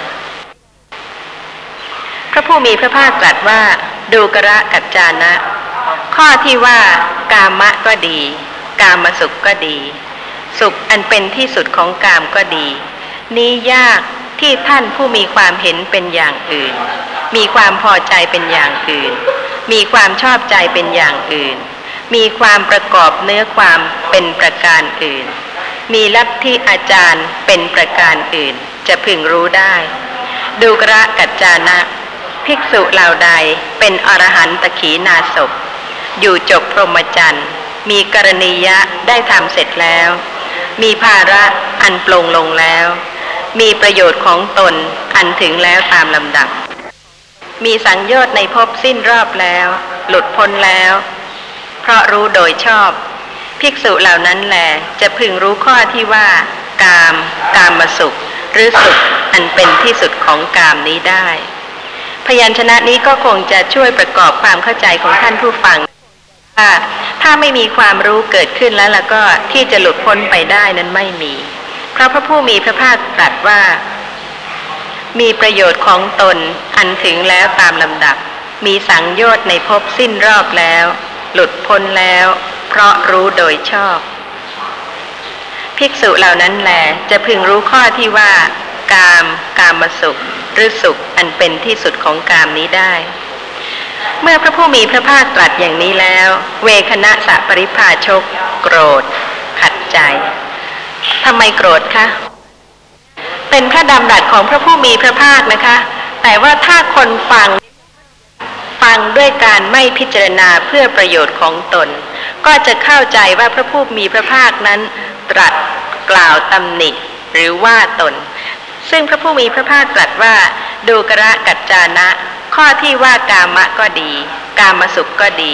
พระผู้มีพระภาคตรัสว่าดูกระกัจจานะข้อที่ว่ากามะก็ดีกามสุขก็ดีสุขอันเป็นที่สุดของกามก็ดีนี้ยากที่ท่านผู้มีความเห็นเป็นอย่างอื่นมีความพอใจเป็นอย่างอื่นมีความชอบใจเป็นอย่างอื่นมีความประกอบเนื้อความเป็นประการอื่นมีลัทธิอาจารย์เป็นประการอื่นจะพึงรู้ได้ดูกระกัจจานะภิกษุเหล่าใดเป็นอรหันตขีณาสพอยู่จบพรหมจรรย์มีกรณียะได้ทำเสร็จแล้วมีภาระอันปลงลงแล้วมีประโยชน์ของตนอันถึงแล้วตามลำดับมีสังโยชน์ในภพสิ้นรอบแล้วหลุดพ้นแล้วเพราะรู้โดยชอบภิกษุเหล่านั้นแลจะพึงรู้ข้อที่ว่ากามกามสุขหรือสุขอันเป็นที่สุดของกามนี้ได้พยัญชนะนี้ก็คงจะช่วยประกอบความเข้าใจของท่านผู้ฟังว่าถ้าไม่มีความรู้เกิดขึ้นแล้วแล้วก็ที่จะหลุดพ้นไปได้นั้นไม่มีเพราะพระผู้มีพระภาคตรัสว่ามีประโยชน์ของตนอันถึงแล้วตามลำดับมีสังโยชน์ในภพสิ้นรอบแล้วหลุดพ้นแล้วเพราะรู้โดยชอบภิกษุเหล่านั้นแลจะพึงรู้ข้อที่ว่ากามกามสุขหรือสุขอันเป็นที่สุดของกามนี้ได้เมื่อพระผู้มีพระภาคตรัสอย่างนี้แล้วเวคณะสะปริพพาชกโกรธขัดใจทำไมโกรธคะเป็นพระดำรัสของพระผู้มีพระภาคนะคะแต่ว่าถ้าคนฟังฟังด้วยการไม่พิจารณาเพื่อประโยชน์ของตนก็จะเข้าใจว่าพระผู้มีพระภาคนั้นตรัสกล่าวตำหนิหรือว่าตนซึ่งพระผู้มีพระภาคตรัสว่าดูกระกัจจานะข้อที่ว่ากามะก็ดีกามสุขก็ดี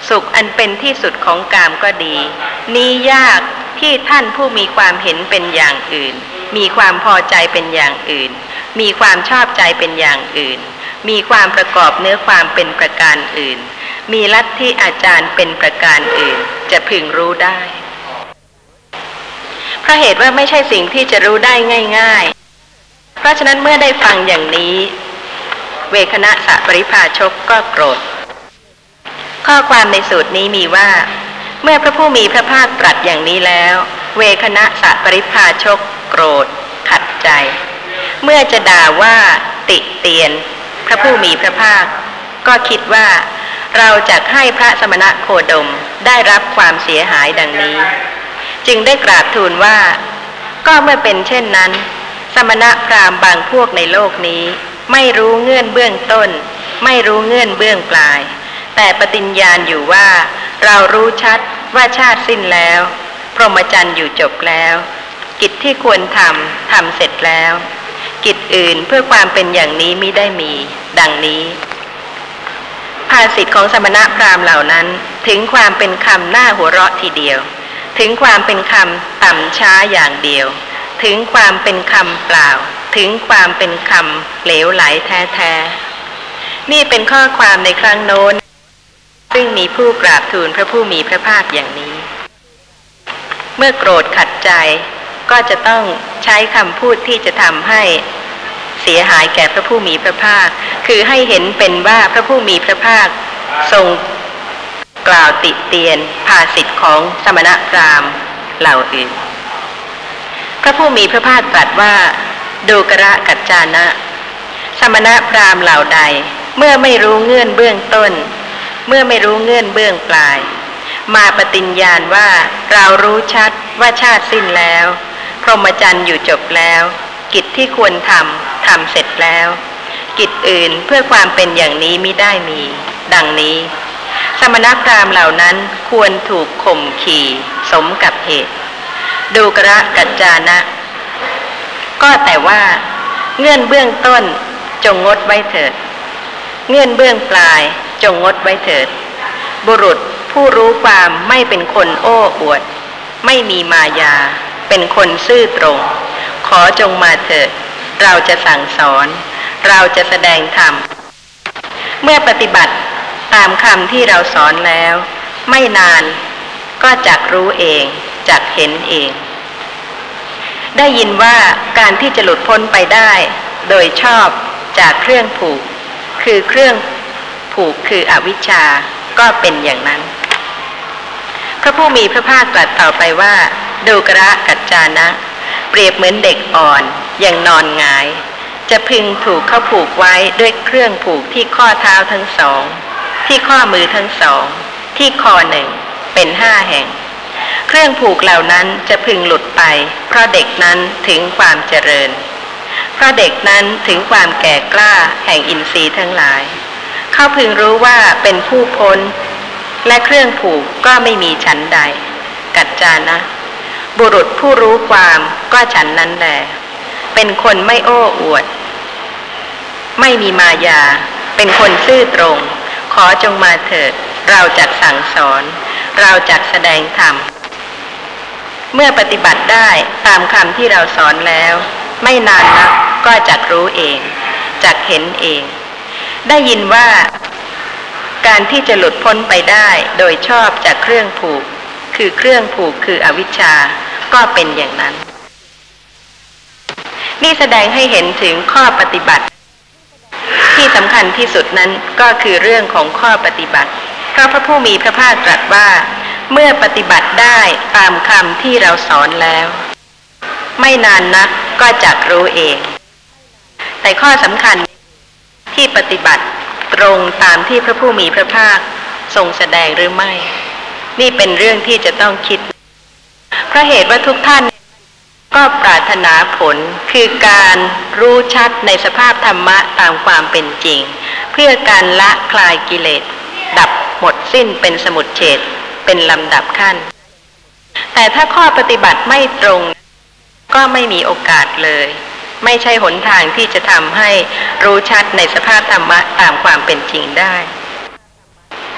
สุขอันเป็นที่สุดของกามก็ดีนี้ยากที่ท่านผู้มีความเห็นเป็นอย่างอื่นมีความพอใจเป็นอย่างอื่นมีความชอบใจเป็นอย่างอื่นมีความประกอบเนื้อความเป็นประการอื่นมีลัทธิอาจารย์เป็นประการอื่นจะพึงรู้ได้เพราะเหตุว่าไม่ใช่สิ่งที่จะรู้ได้ง่ายๆเพราะฉะนั้นเมื่อได้ฟังอย่างนี้เวคณะสะปริภาชกก็โกรธข้อความในสูตรนี้มีว่าเมื่อพระผู้มีพระภาคตรัสอย่างนี้แล้วเวคณะสะปริภาชกโกรธขัดใจเมื่อจะด่าว่าติเตียนพระผู้มีพระภาคก็คิดว่าเราจะให้พระสมณโคดมได้รับความเสียหายดังนี้จึงได้กราบทูลว่าก็เมื่อเป็นเช่นนั้นสมณพราหมณ์บางพวกในโลกนี้ไม่รู้เงื่อนเบื้องต้นไม่รู้เงื่อนเบื้องปลายแต่ปฏิญญาณอยู่ว่าเรารู้ชัดว่าชาติสิ้นแล้วพรหมจรรย์อยู่จบแล้วกิจที่ควรทำทำเสร็จแล้วกิจอื่นเพื่อความเป็นอย่างนี้มิได้มีดังนี้ภาษิตของสมณพราหมณ์เหล่านั้นถึงความเป็นคำหน้าหัวเราะทีเดียวถึงความเป็นคำต่ำช้าอย่างเดียวถึงความเป็นคำเปล่าถึงความเป็นคำเหลวไหลแท้ๆนี่เป็นข้อความในครั้งโน้นซึ่งมีผู้กราบทูลพระผู้มีพระภาคอย่างนี้เมื่อโกรธขัดใจก็จะต้องใช้คำพูดที่จะทำให้เสียหายแก่พระผู้มีพระภาคคือให้เห็นเป็นว่าพระผู้มีพระภาคทรงกล่าวติเตียนภาษิตของสมณพราหมณ์เหล่าอื่นพระผู้มีพระภาคตรัสว่าดูกระกัจจานะสมณพราหมณ์เหล่าใดเมื่อไม่รู้เงื่อนเบื้องต้นเมื่อไม่รู้เงื่อนเบื้องปลายมาปฏิญญาณว่าเรารู้ชัดว่าชาติสิ้นแล้วพรหมจรรย์อยู่จบแล้วกิจที่ควรทำทำเสร็จแล้วกิจอื่นเพื่อความเป็นอย่างนี้มิได้มีดังนี้สมณพราหมณ์เหล่านั้นควรถูกข่มขี่สมกับเหตุดูกระกัจจานะก็แต่ว่าเงื่อนเบื้องต้นจงงดไว้เถิดเงื่อนเบื้องปลายจงงดไว้เถิดบุรุษผู้รู้ความไม่เป็นคนโอ้อวดไม่มีมายาเป็นคนซื่อตรงขอจงมาเถิดเราจะสั่งสอนเราจะแสดงธรรมเมื่อปฏิบัติตามคำที่เราสอนแล้วไม่นานก็จักรู้เองจักเห็นเองได้ยินว่าการที่จะหลุดพ้นไปได้โดยชอบจากเครื่องผูกคือเครื่องผูกคืออวิชชาก็เป็นอย่างนั้นพระผู้มีพระภาคตรัสต่อไปว่าดูกระกัจจานะเปรียบเหมือนเด็กอ่อนยังนอนหงายจะพึงถูกเขาผูกไว้ด้วยเครื่องผูกที่ข้อเท้าทั้งสองที่ข้อมือทั้งสองที่คอหนึ่งเป็นห้าแห่งเครื่องผูกเหล่านั้นจะพึงหลุดไปเพราะเด็กนั้นถึงความเจริญเพราะเด็กนั้นถึงความแก่กล้าแห่งอินทรีย์ทั้งหลายเขาพึงรู้ว่าเป็นผู้พ้นและเครื่องผูกก็ไม่มีฉันใดกัจจานะบุรุษผู้รู้ความก็ฉันนั้นแลเป็นคนไม่โอ้อวดไม่มีมายาเป็นคนซื่อตรงขอจงมาเถิดเราจักสั่งสอนเราจักแสดงธรรมเมื่อปฏิบัติได้ตามคำที่เราสอนแล้วไม่นานนักก็จักรู้เองจักเห็นเองได้ยินว่าการที่จะหลุดพ้นไปได้โดยชอบจากเครื่องผูกคือเครื่องผูกคืออวิชชาก็เป็นอย่างนั้นนี่แสดงให้เห็นถึงข้อปฏิบัติที่สำคัญที่สุดนั้นก็คือเรื่องของข้อปฏิบัติเพราะพระผู้มีพระภาคตรัสว่าเมื่อปฏิบัติได้ตามคำที่เราสอนแล้วไม่นานนักก็จักรู้เองแต่ข้อสำคัญที่ปฏิบัติตรงตามที่พระผู้มีพระภาคทรงแสดงหรือไม่นี่เป็นเรื่องที่จะต้องคิดเพราะเหตุว่าทุกท่านก็ปรารถนาผลคือการรู้ชัดในสภาพธรรมะตามความเป็นจริงเพื่อการละคลายกิเลสดับหมดสิ้นเป็นสมุจเฉทเป็นลำดับขั้นแต่ถ้าข้อปฏิบัติไม่ตรงก็ไม่มีโอกาสเลยไม่ใช่หนทางที่จะทำให้รู้ชัดในสภาพธรรมะตามความเป็นจริงได้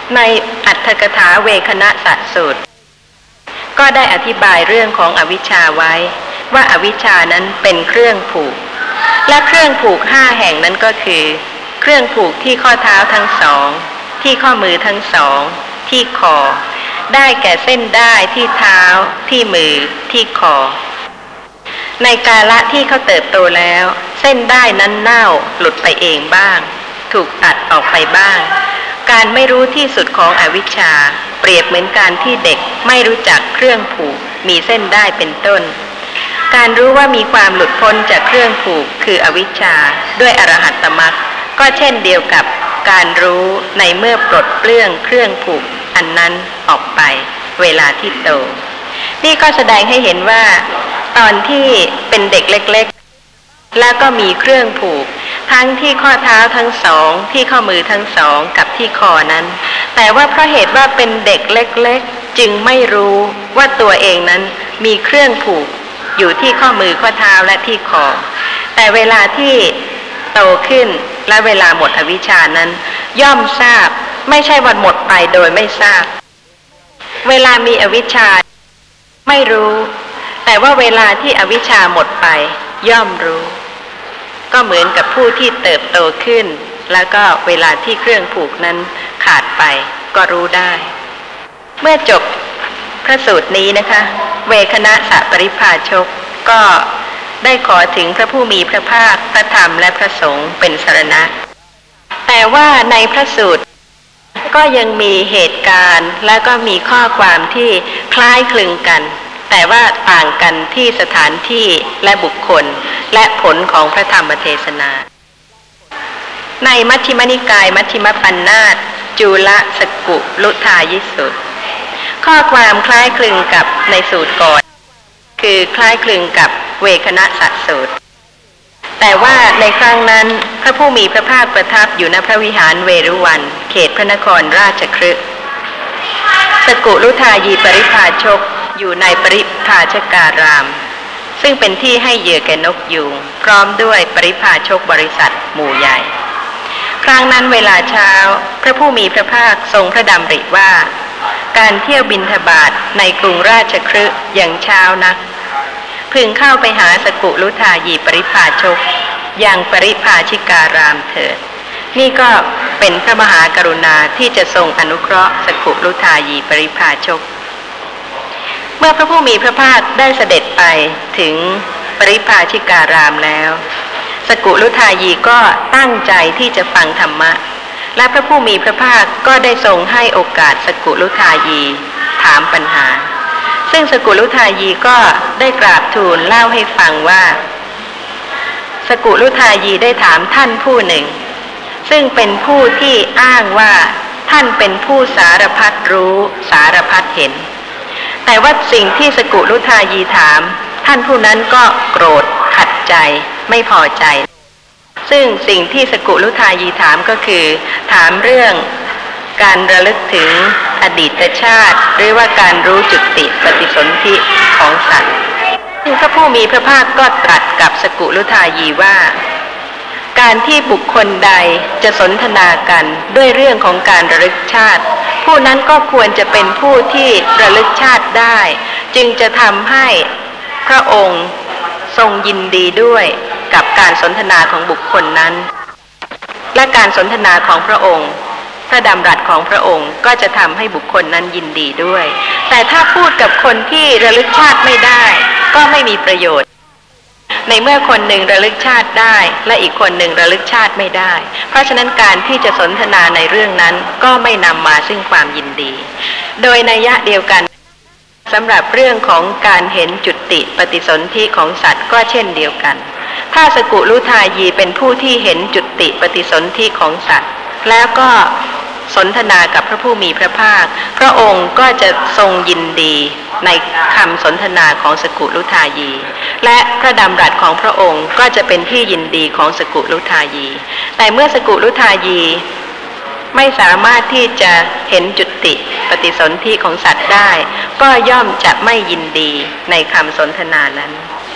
ในอัตถกถาเวคณสัตสูตรก็ได้อธิบายเรื่องของอวิชชาไว้ว่าอวิชชานั้นเป็นเครื่องผูกและเครื่องผูกห้าแห่งนั้นก็คือเครื่องผูกที่ข้อเท้าทั้งสองที่ข้อมือทั้งสองที่คอได้แก่เส้นด้ายที่เท้าที่มือที่คอในกาละที่เขาเติบโตแล้วเส้นด้ายนั้นเน่าหลุดไปเองบ้างถูกตัดออกไปบ้างการไม่รู้ที่สุดของอวิชชาเปรียบเหมือนการที่เด็กไม่รู้จักเครื่องผูกมีเส้นด้ายเป็นต้นการรู้ว่ามีความหลุดพ้นจากเครื่องผูกคืออวิชชาด้วยอรหัตตมรรคก็เช่นเดียวกับการรู้ในเมื่อปลดเปลื้องเครื่องผูกอันนั้นออกไปเวลาที่โตนี่ก็แสดงให้เห็นว่าตอนที่เป็นเด็กเล็กๆแล้วก็มีเครื่องผูกทั้งที่ข้อเท้าทั้งสองที่ข้อมือทั้งสองกับที่คอนั้นแต่ว่าเพราะเหตุว่าเป็นเด็กเล็กๆจึงไม่รู้ว่าตัวเองนั้นมีเครื่องผูกอยู่ที่ข้อมือข้อเท้าและที่คอแต่เวลาที่โตขึ้นและเวลาหมดอวิชชานั้นย่อมทราบไม่ใช่ว่าหมดไปโดยไม่ทราบเวลามีอวิชชาไม่รู้แต่ว่าเวลาที่อวิชชาหมดไปย่อมรู้ก็เหมือนกับผู้ที่เติบโตขึ้นแล้วก็เวลาที่เครื่องผูกนั้นขาดไปก็รู้ได้เมื่อจบพระสูตรนี้นะคะเวคณสปริภาชกก็ได้ขอถึงพระผู้มีพระภาคพระธรรมและพระสงฆ์เป็นสรณะแต่ว่าในพระสูตรก็ยังมีเหตุการณ์และก็มีข้อความที่คล้ายคลึงกันแต่ว่าต่างกันที่สถานที่และบุคคลและผลของพระธรรมเทศนาในมัชฌิมนิกายมัชฌิมปัญนาตจุลสกุลุทายิสูตรข้อความคล้ายคลึงกับในสูตรก่อนคือคล้ายคลึงกับเวคณสัตสูตรแต่ว่าในครั้งนั้นพระผู้มีพระภาคประทับอยู่ณพระวิหารเวรุวันเขตพระนครราชคฤห์สกุลุทายีปริภาชกอยู่ในปริภาชการามซึ่งเป็นที่ให้เหยื่อแก่นกยูงพร้อมด้วยปริภาชกบริษัทหมู่ใหญ่ครั้งนั้นเวลาเช้าพระผู้มีพระภาคทรงพระดำริว่าการเที่ยวบิณฑบาตในกรุงราชคฤห์อย่างเช้านักพึงเข้าไปหาสกุลุทายีปริภาชกอย่างปริภาชิการามเถิดนี่ก็เป็นพระมหากรุณาที่จะทรงอนุเคราะห์สกุลุทายีปริภาชกเมื่อพระผู้มีพระภาคได้เสด็จไปถึงปริภาชิการามแล้วสกุลุทายีก็ตั้งใจที่จะฟังธรรมะและพระผู้มีพระภาคก็ได้ทรงให้โอกาสสกุลุทายีถามปัญหาซึ่งสกุลุทายีก็ได้กราบทูลเล่าให้ฟังว่าสกุลุทายีได้ถามท่านผู้หนึ่งซึ่งเป็นผู้ที่อ้างว่าท่านเป็นผู้สารพัดรู้สารพัดเห็นแต่ว่าสิ่งที่สกุลุทายีถามท่านผู้นั้นก็โกรธขัดใจไม่พอใจซึ่งสิ่งที่สกุลุทายีถามก็คือถามเรื่องการระลึกถึงอดีตชาติหรือว่าการรู้จุติปฏิสนธิของสัตว์ซึ่งพระผู้มีพระภาคก็ตรัสกับสกุลุทายีว่าการที่บุคคลใดจะสนทนากันด้วยเรื่องของการระลึกชาติผู้นั้นก็ควรจะเป็นผู้ที่ระลึกชาติได้จึงจะทำให้พระองค์ทรงยินดีด้วยกับการสนทนาของบุคคลนั้นและการสนทนาของพระองค์พระดำรัสของพระองค์ก็จะทำให้บุคคลนั้นยินดีด้วยแต่ถ้าพูดกับคนที่ระลึกชาติไม่ได้ก็ไม่มีประโยชน์ในเมื่อคนหนึ่งระลึกชาติได้และอีกคนหนึ่งระลึกชาติไม่ได้เพราะฉะนั้นการที่จะสนทนาในเรื่องนั้นก็ไม่นำมาซึ่งความยินดีโดยนัยยะเดียวกันสำหรับเรื่องของการเห็นจุติปฏิสนธิของสัตว์ก็เช่นเดียวกันถ้าสกุลุทายีเป็นผู้ที่เห็นจุติปฏิสนธิของสัตว์แล้วก็สนทนากับพระผู้มีพระภาคพระองค์ก็จะทรงยินดีในคำสนทนาของสกุลุทายีและพระดำรัสของพระองค์ก็จะเป็นที่ยินดีของสกุลุทายีแต่เมื่อสกุลุทายีไม่สามารถที่จะเห็นจุติปฏิสนธิของสัตว์ได้ก็ย่อมจะไม่ยินดีในคำสนทนานั้น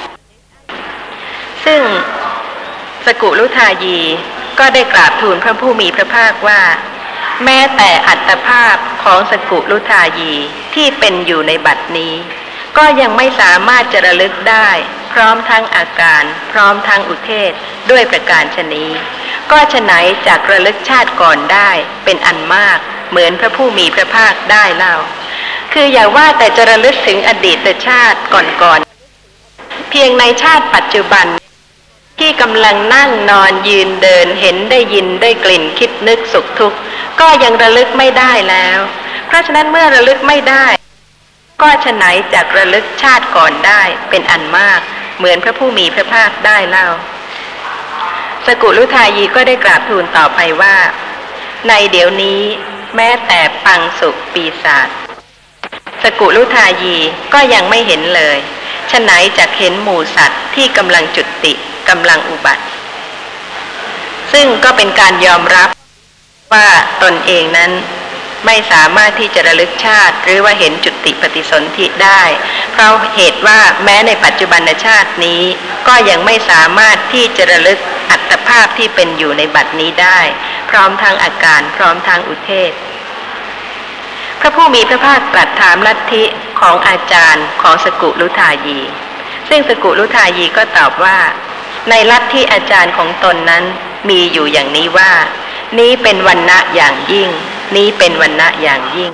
ซึ่งสกุลุทายีก็ได้กราบทูลพระผู้มีพระภาคว่าแม้แต่อัตภาพของสกุลุทายีที่เป็นอยู่ในบัดนี้ก็ยังไม่สามารถจะระลึกได้พร้อมทั้งอาการพร้อมทั้งอุเทศด้วยประการฉนี้ก็ฉะไหนจากระลึกชาติก่อนได้เป็นอันมากเหมือนพระผู้มีพระภาคได้เล่าคืออย่าว่าแต่จะระลึกถึงอดีตชาติก่อนๆเพียงในชาติปัจจุบันที่กำลังนั่งนอนยืนเดินเห็นได้ยินได้กลิ่นคิดนึกสุขทุกข์ก็ยังระลึกไม่ได้แล้วเพราะฉะนั้นเมื่อระลึกไม่ได้ก็ฉะไหนจากระลึกชาติก่อนได้เป็นอันมากเหมือนพระผู้มีพระภาคได้เล่าสกุลุทายีก็ได้กราบทูลต่อไปว่าในเดี๋ยวนี้แม้แต่ปังสุปีศาจสกุลุทายีก็ยังไม่เห็นเลยฉะไหนจากเห็นหมู่สัตว์ที่กำลังจุติกำลังอุบัติซึ่งก็เป็นการยอมรับว่าตนเองนั้นไม่สามารถที่จะระลึกชาติหรือว่าเห็นจุติปฏิสนธิได้เพราะเหตุว่าแม้ในปัจจุบันชาตินี้ก็ยังไม่สามารถที่จะระลึกอัตภาพที่เป็นอยู่ในบัดนี้ได้พร้อมทั้งอาการพร้อมทั้งอุเทศพระผู้มีพระภาคตรัสถามลัทธิของอาจารย์ของสกุลุทายีซึ่งสกุลุทายีก็ตอบว่าในลัทธิอาจารย์ของตนนั้นมีอยู่อย่างนี้ว่านี้เป็นวรรณะอย่างยิ่งนี้เป็นวรรณะอย่างยิ่ง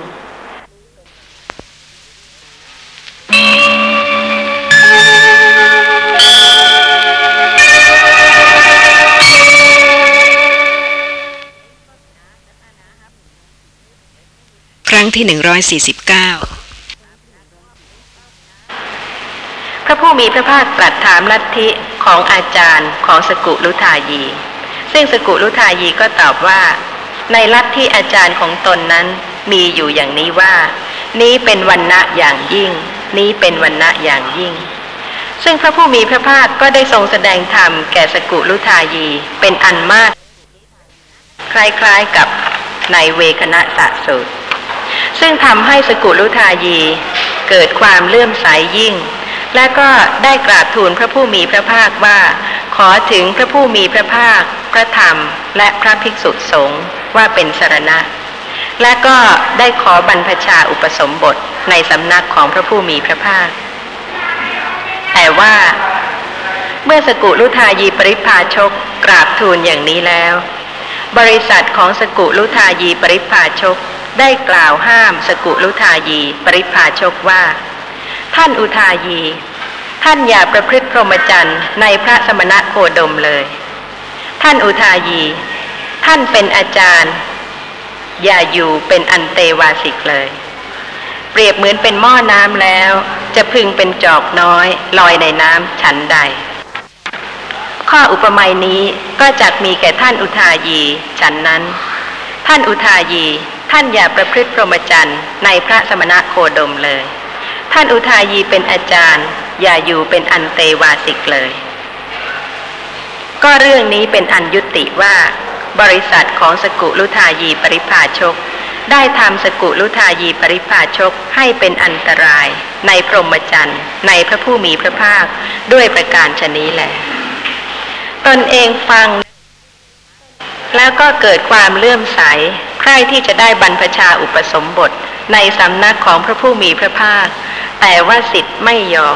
ครั้งที่หนึ่งร้อยสี่สิบเก้าพระผู้มีพระภาคตรัสถามลัทธิของอาจารย์ของสกุลุทายีซึ่งสกุลุทายีก็ตอบว่าในลัทธิอาจารย์ของตนนั้นมีอยู่อย่างนี้ว่านี้เป็นวรรณะอย่างยิ่งนี้เป็นวรรณะอย่างยิ่งซึ่งพระผู้มีพระภาคก็ได้ทรงแสดงธรรมแก่สกุลุทายีเป็นอันมากคล้ายๆกับในเวคณสสูตรซึ่งทำให้สกุลุทายีเกิดความเลื่อมใสยิ่งและก็ได้กราบทูลพระผู้มีพระภาคว่าขอถึงพระผู้มีพระภาคพระธรรมและพระภิกษุสงฆ์ว่าเป็นสรณะและก็ได้ขอบรรพชาอุปสมบทในสำนักของพระผู้มีพระภาคแต่ว่าเมื่อสกุลุทายีปริพาชกกราบทูลอย่างนี้แล้วบริษัทของสกุลุทายีปริพาชกได้กล่าวห้ามสกุลุทายีปริพาชกว่าท่านอุทายีท่านอย่าประพฤติพรหมจรรย์ในพระสมณโคดมเลยท่านอุทายีท่านเป็นอาจารย์อย่าอยู่เป็นอันเตวาสิกเลยเปรียบเหมือนเป็นหม้อน้ำแล้วจะพึงเป็นจอกน้อยลอยในน้ำฉันใดข้ออุปมานี้ก็จักมีแก่ท่านอุทายีฉันนั้นท่านอุทายีท่านอย่าประพฤติพรหมจรรย์ในพระสมณโคดมเลยท่านอุทายีเป็นอาจารย์อย่าอยู่เป็นอันเตวาสิกเลยก็เรื่องนี้เป็นอันยุติว่าบริษัทของสกุลุทายีปริพาชกได้ทำสกุลุทายีปริพาชกให้เป็นอันตรายในพรหมจรรย์ในพระผู้มีพระภาคด้วยประการฉนี้แลตนเองฟังแล้วก็เกิดความเลื่อมใสใคร่ที่จะได้บรรพชาอุปสมบทในสำนักของพระผู้มีพระภาคแต่ว่าศิษย์ไม่ยอม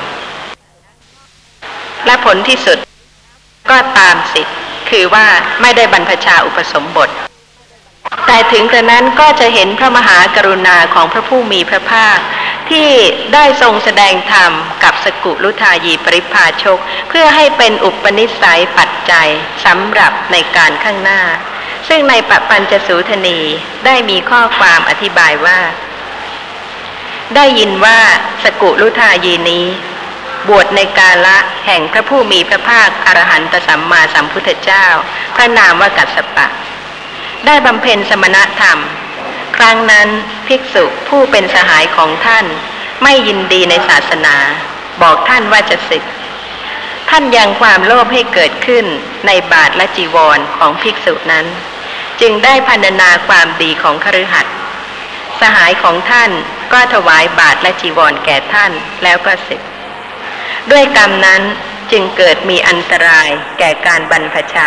และผลที่สุดก็ตามศิษย์คือว่าไม่ได้บรรพชาอุปสมบทแต่ถึงกระนั้นก็จะเห็นพระมหากรุณาของพระผู้มีพระภาคที่ได้ทรงแสดงธรรมกับสกุลุทายีปริพาชกเพื่อให้เป็นอุปนิสัยปัจจัยสำหรับในการข้างหน้าซึ่งในปปัญจสูทนีได้มีข้อความอธิบายว่าได้ยินว่าสกุลุทายีนี้บวชในกาละแห่งพระผู้มีพระภาคอรหันตสัมมาสัมพุทธเจ้าพระนามว่ากัสสปะได้บำเพ็ญสมณธรรมครั้งนั้นภิกษุผู้เป็นสหายของท่านไม่ยินดีในศาสนาบอกท่านว่าจะสึกท่านยังความโลภให้เกิดขึ้นในบาทและจีวรของภิกษุนั้นจึงได้พรรณนาความดีของคฤหัสถ์สหายของท่านก็ถวายบาทและจีวรแก่ท่านแล้วก็สึกด้วยกรรมนั้นจึงเกิดมีอันตรายแก่การบรรพชา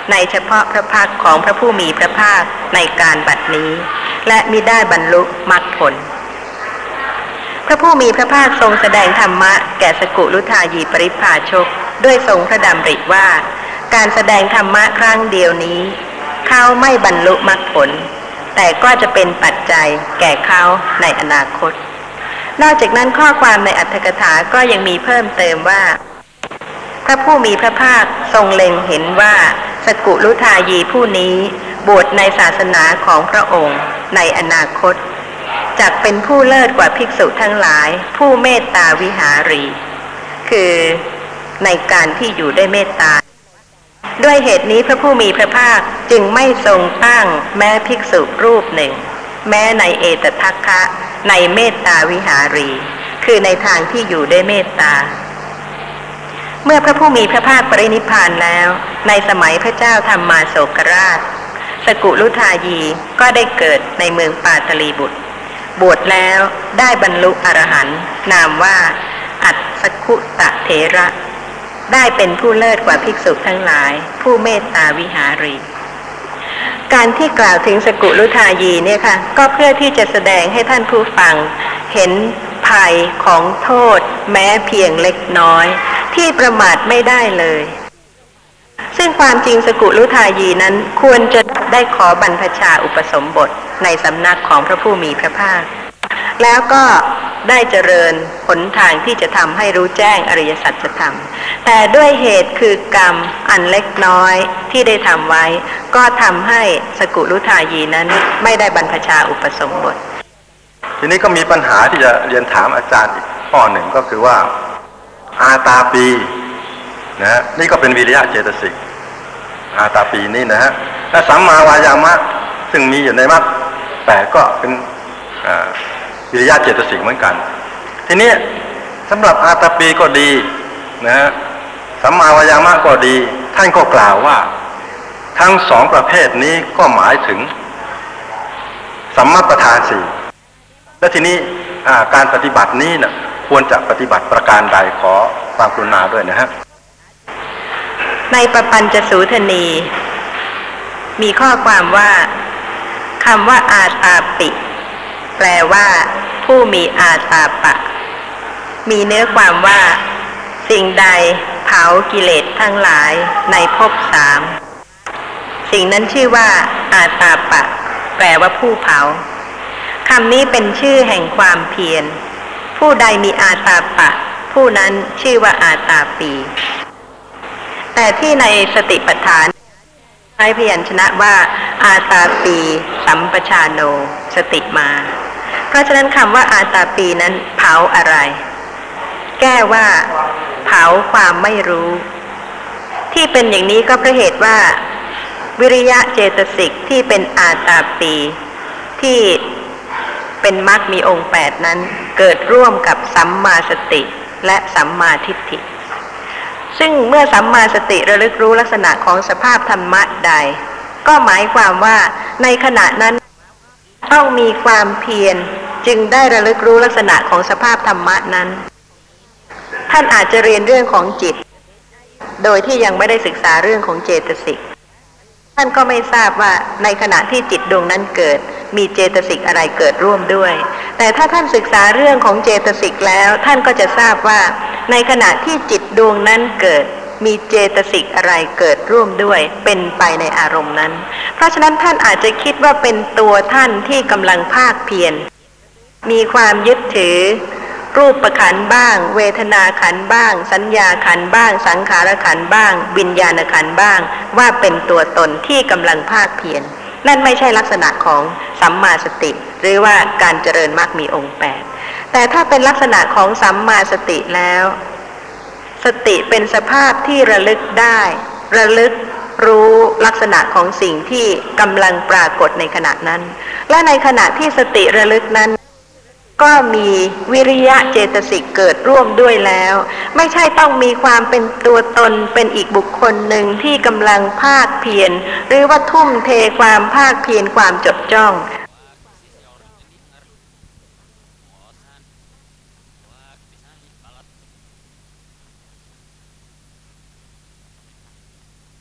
ในเฉพาะพระพักของพระผู้มีพระภาคในการบัดนี้และมิได้บรรลุมรรคผลพระผู้มีพระภาคทรงแสดงธรรมะแก่สกุลุทายีปริพาชกด้วยทรงพระดำริว่าการแสดงธรรมะครั้งเดียวนี้เขาไม่บรรลุมรรคผลแต่ก็จะเป็นปัจจัยแก่เขาในอนาคตนอกจากนั้นข้อความในอรรถกถาก็ยังมีเพิ่มเติมว่าพระผู้มีพระภาคทรงเล็งเห็นว่าสกุลุทายีผู้นี้บวชในศาสนาของพระองค์ในอนาคตจักเป็นผู้เลิศกว่าภิกษุทั้งหลายผู้เมตตาวิหารีคือในการที่อยู่ด้วยเมตตาด้วยเหตุนี้พระผู้มีพระภาคจึงไม่ทรงตั้งแม้ภิกษุรูปหนึ่งแม้ในเอตทัคคะในเมตตาวิหารีคือในทางที่อยู่ด้วยเมตตาเมื่อพระผู้มีพระภาคปรินิพพานแล้วในสมัยพระเจ้าธรรมาโศกราชสกุลุทายีก็ได้เกิดในเมืองปาตลีบุตรบวชแล้วได้บรรลุอรหันต์นามว่าอัฏสคุตเถระได้เป็นผู้เลิศกว่าภิกษุทั้งหลายผู้เมตตาวิหารีการที่กล่าวถึงสกุลุทายีเนี่ยค่ะก็เพื่อที่จะแสดงให้ท่านผู้ฟังเห็นภัยของโทษแม้เพียงเล็กน้อยที่ประมาทไม่ได้เลยซึ่งความจริงสกุลุทายีนั้นควรจะได้ขอบรรพชาอุปสมบทในสำนักของพระผู้มีพระภาคแล้วก็ได้เจริญหนทางที่จะทำให้รู้แจ้งอริยสัจธรรมแต่ด้วยเหตุคือกรรมอันเล็กน้อยที่ได้ทำไว้ก็ทำให้สกุลุทายีนั้นไม่ได้บรรพชาอุปสมบททีนี้ก็มีปัญหาที่จะเรียนถามอาจารย์อีกข้อหนึ่งก็คือว่าอาตาปีนะนี่ก็เป็นวิริยะเจตสิกอาตาปีนี่นะฮะและสัมมาวายามะซึ่งมีอยู่ในมรรคแปดก็เป็นวิริยะเจตสิกเหมือนกันทีนี้สำหรับอาตาปีก็ดีนะฮะสัมมาวายามะก็ดีท่านก็กล่าวว่าทั้งสองประเภทนี้ก็หมายถึงสัมมาประธานสี่และทีนี้การปฏิบัตินี้นะควรจะปฏิบัติประการใดขอความกรุณาด้วยนะฮะในปปัญจสูทนีมีข้อความว่าคำว่าอาตาปิแปลว่าผู้มีอาตาปะมีเนื้อความว่าสิ่งใดเผากิเลสทั้งหลายในภพสามสิ่งนั้นชื่อว่าอาตาปะแปลว่าผู้เผาคำนี้เป็นชื่อแห่งความเพียรผู้ใดมีอาตาปะผู้นั้นชื่อว่าอาตาปีแต่ที่ในสติปัฏฐานใช้พยัญชนะว่าอาตาปีสัมปชาโนสติมาเพราะฉะนั้นคำว่าอาตาปีนั้นเผาอะไรแก้ว่าเผาความไม่รู้ที่เป็นอย่างนี้ก็เพราะเหตุว่าวิริยะเจตสิกที่เป็นอาตาปีที่เป็นมรรคมีองค์แปดนั้นเกิดร่วมกับสัมมาสติและสัมมาทิฏฐิซึ่งเมื่อสัมมาสติระลึกรู้ลักษณะของสภาพธรรมะใดก็หมายความว่าในขณะนั้นต้องมีความเพียรจึงได้ระลึกรู้ลักษณะของสภาพธรรมะนั้นท่านอาจจะเรียนเรื่องของจิตโดยที่ยังไม่ได้ศึกษาเรื่องของเจตสิกท่านก็ไม่ทราบว่าในขณะที่จิตดวงนั้นเกิดมีเจตสิกอะไรเกิดร่วมด้วยแต่ถ้าท่านศึกษาเรื่องของเจตสิกแล้วท่านก็จะทราบว่าในขณะที่จิตดวงนั้นเกิดมีเจตสิกอะไรเกิดร่วมด้วยเป็นไปในอารมณ์นั้นเพราะฉะนั้นท่านอาจจะคิดว่าเป็นตัวท่านที่กำลังภาคเพียรมีความยึดถือรูปขันธ์บ้างเวทนาขันธ์บ้างสัญญาขันธ์บ้างสังขารขันธ์บ้างวิญญาณขันธ์บ้างว่าเป็นตัวตนที่กำลังภาคเพียรนั่นไม่ใช่ลักษณะของสัมมาสติหรือว่าการเจริญมรรคมีองค์แปดแต่ถ้าเป็นลักษณะของสัมมาสติแล้วสติเป็นสภาพที่ระลึกได้ระลึกรู้ลักษณะของสิ่งที่กำลังปรากฏในขณะนั้นและในขณะที่สติระลึกนั้นก็มีวิริยะเจตสิกเกิดร่วมด้วยแล้วไม่ใช่ต้องมีความเป็นตัวตนเป็นอีกบุคคลหนึ่งที่กำลังภาคเพียรหรือว่าทุ่มเทความภาคเพียรความจดจ้อง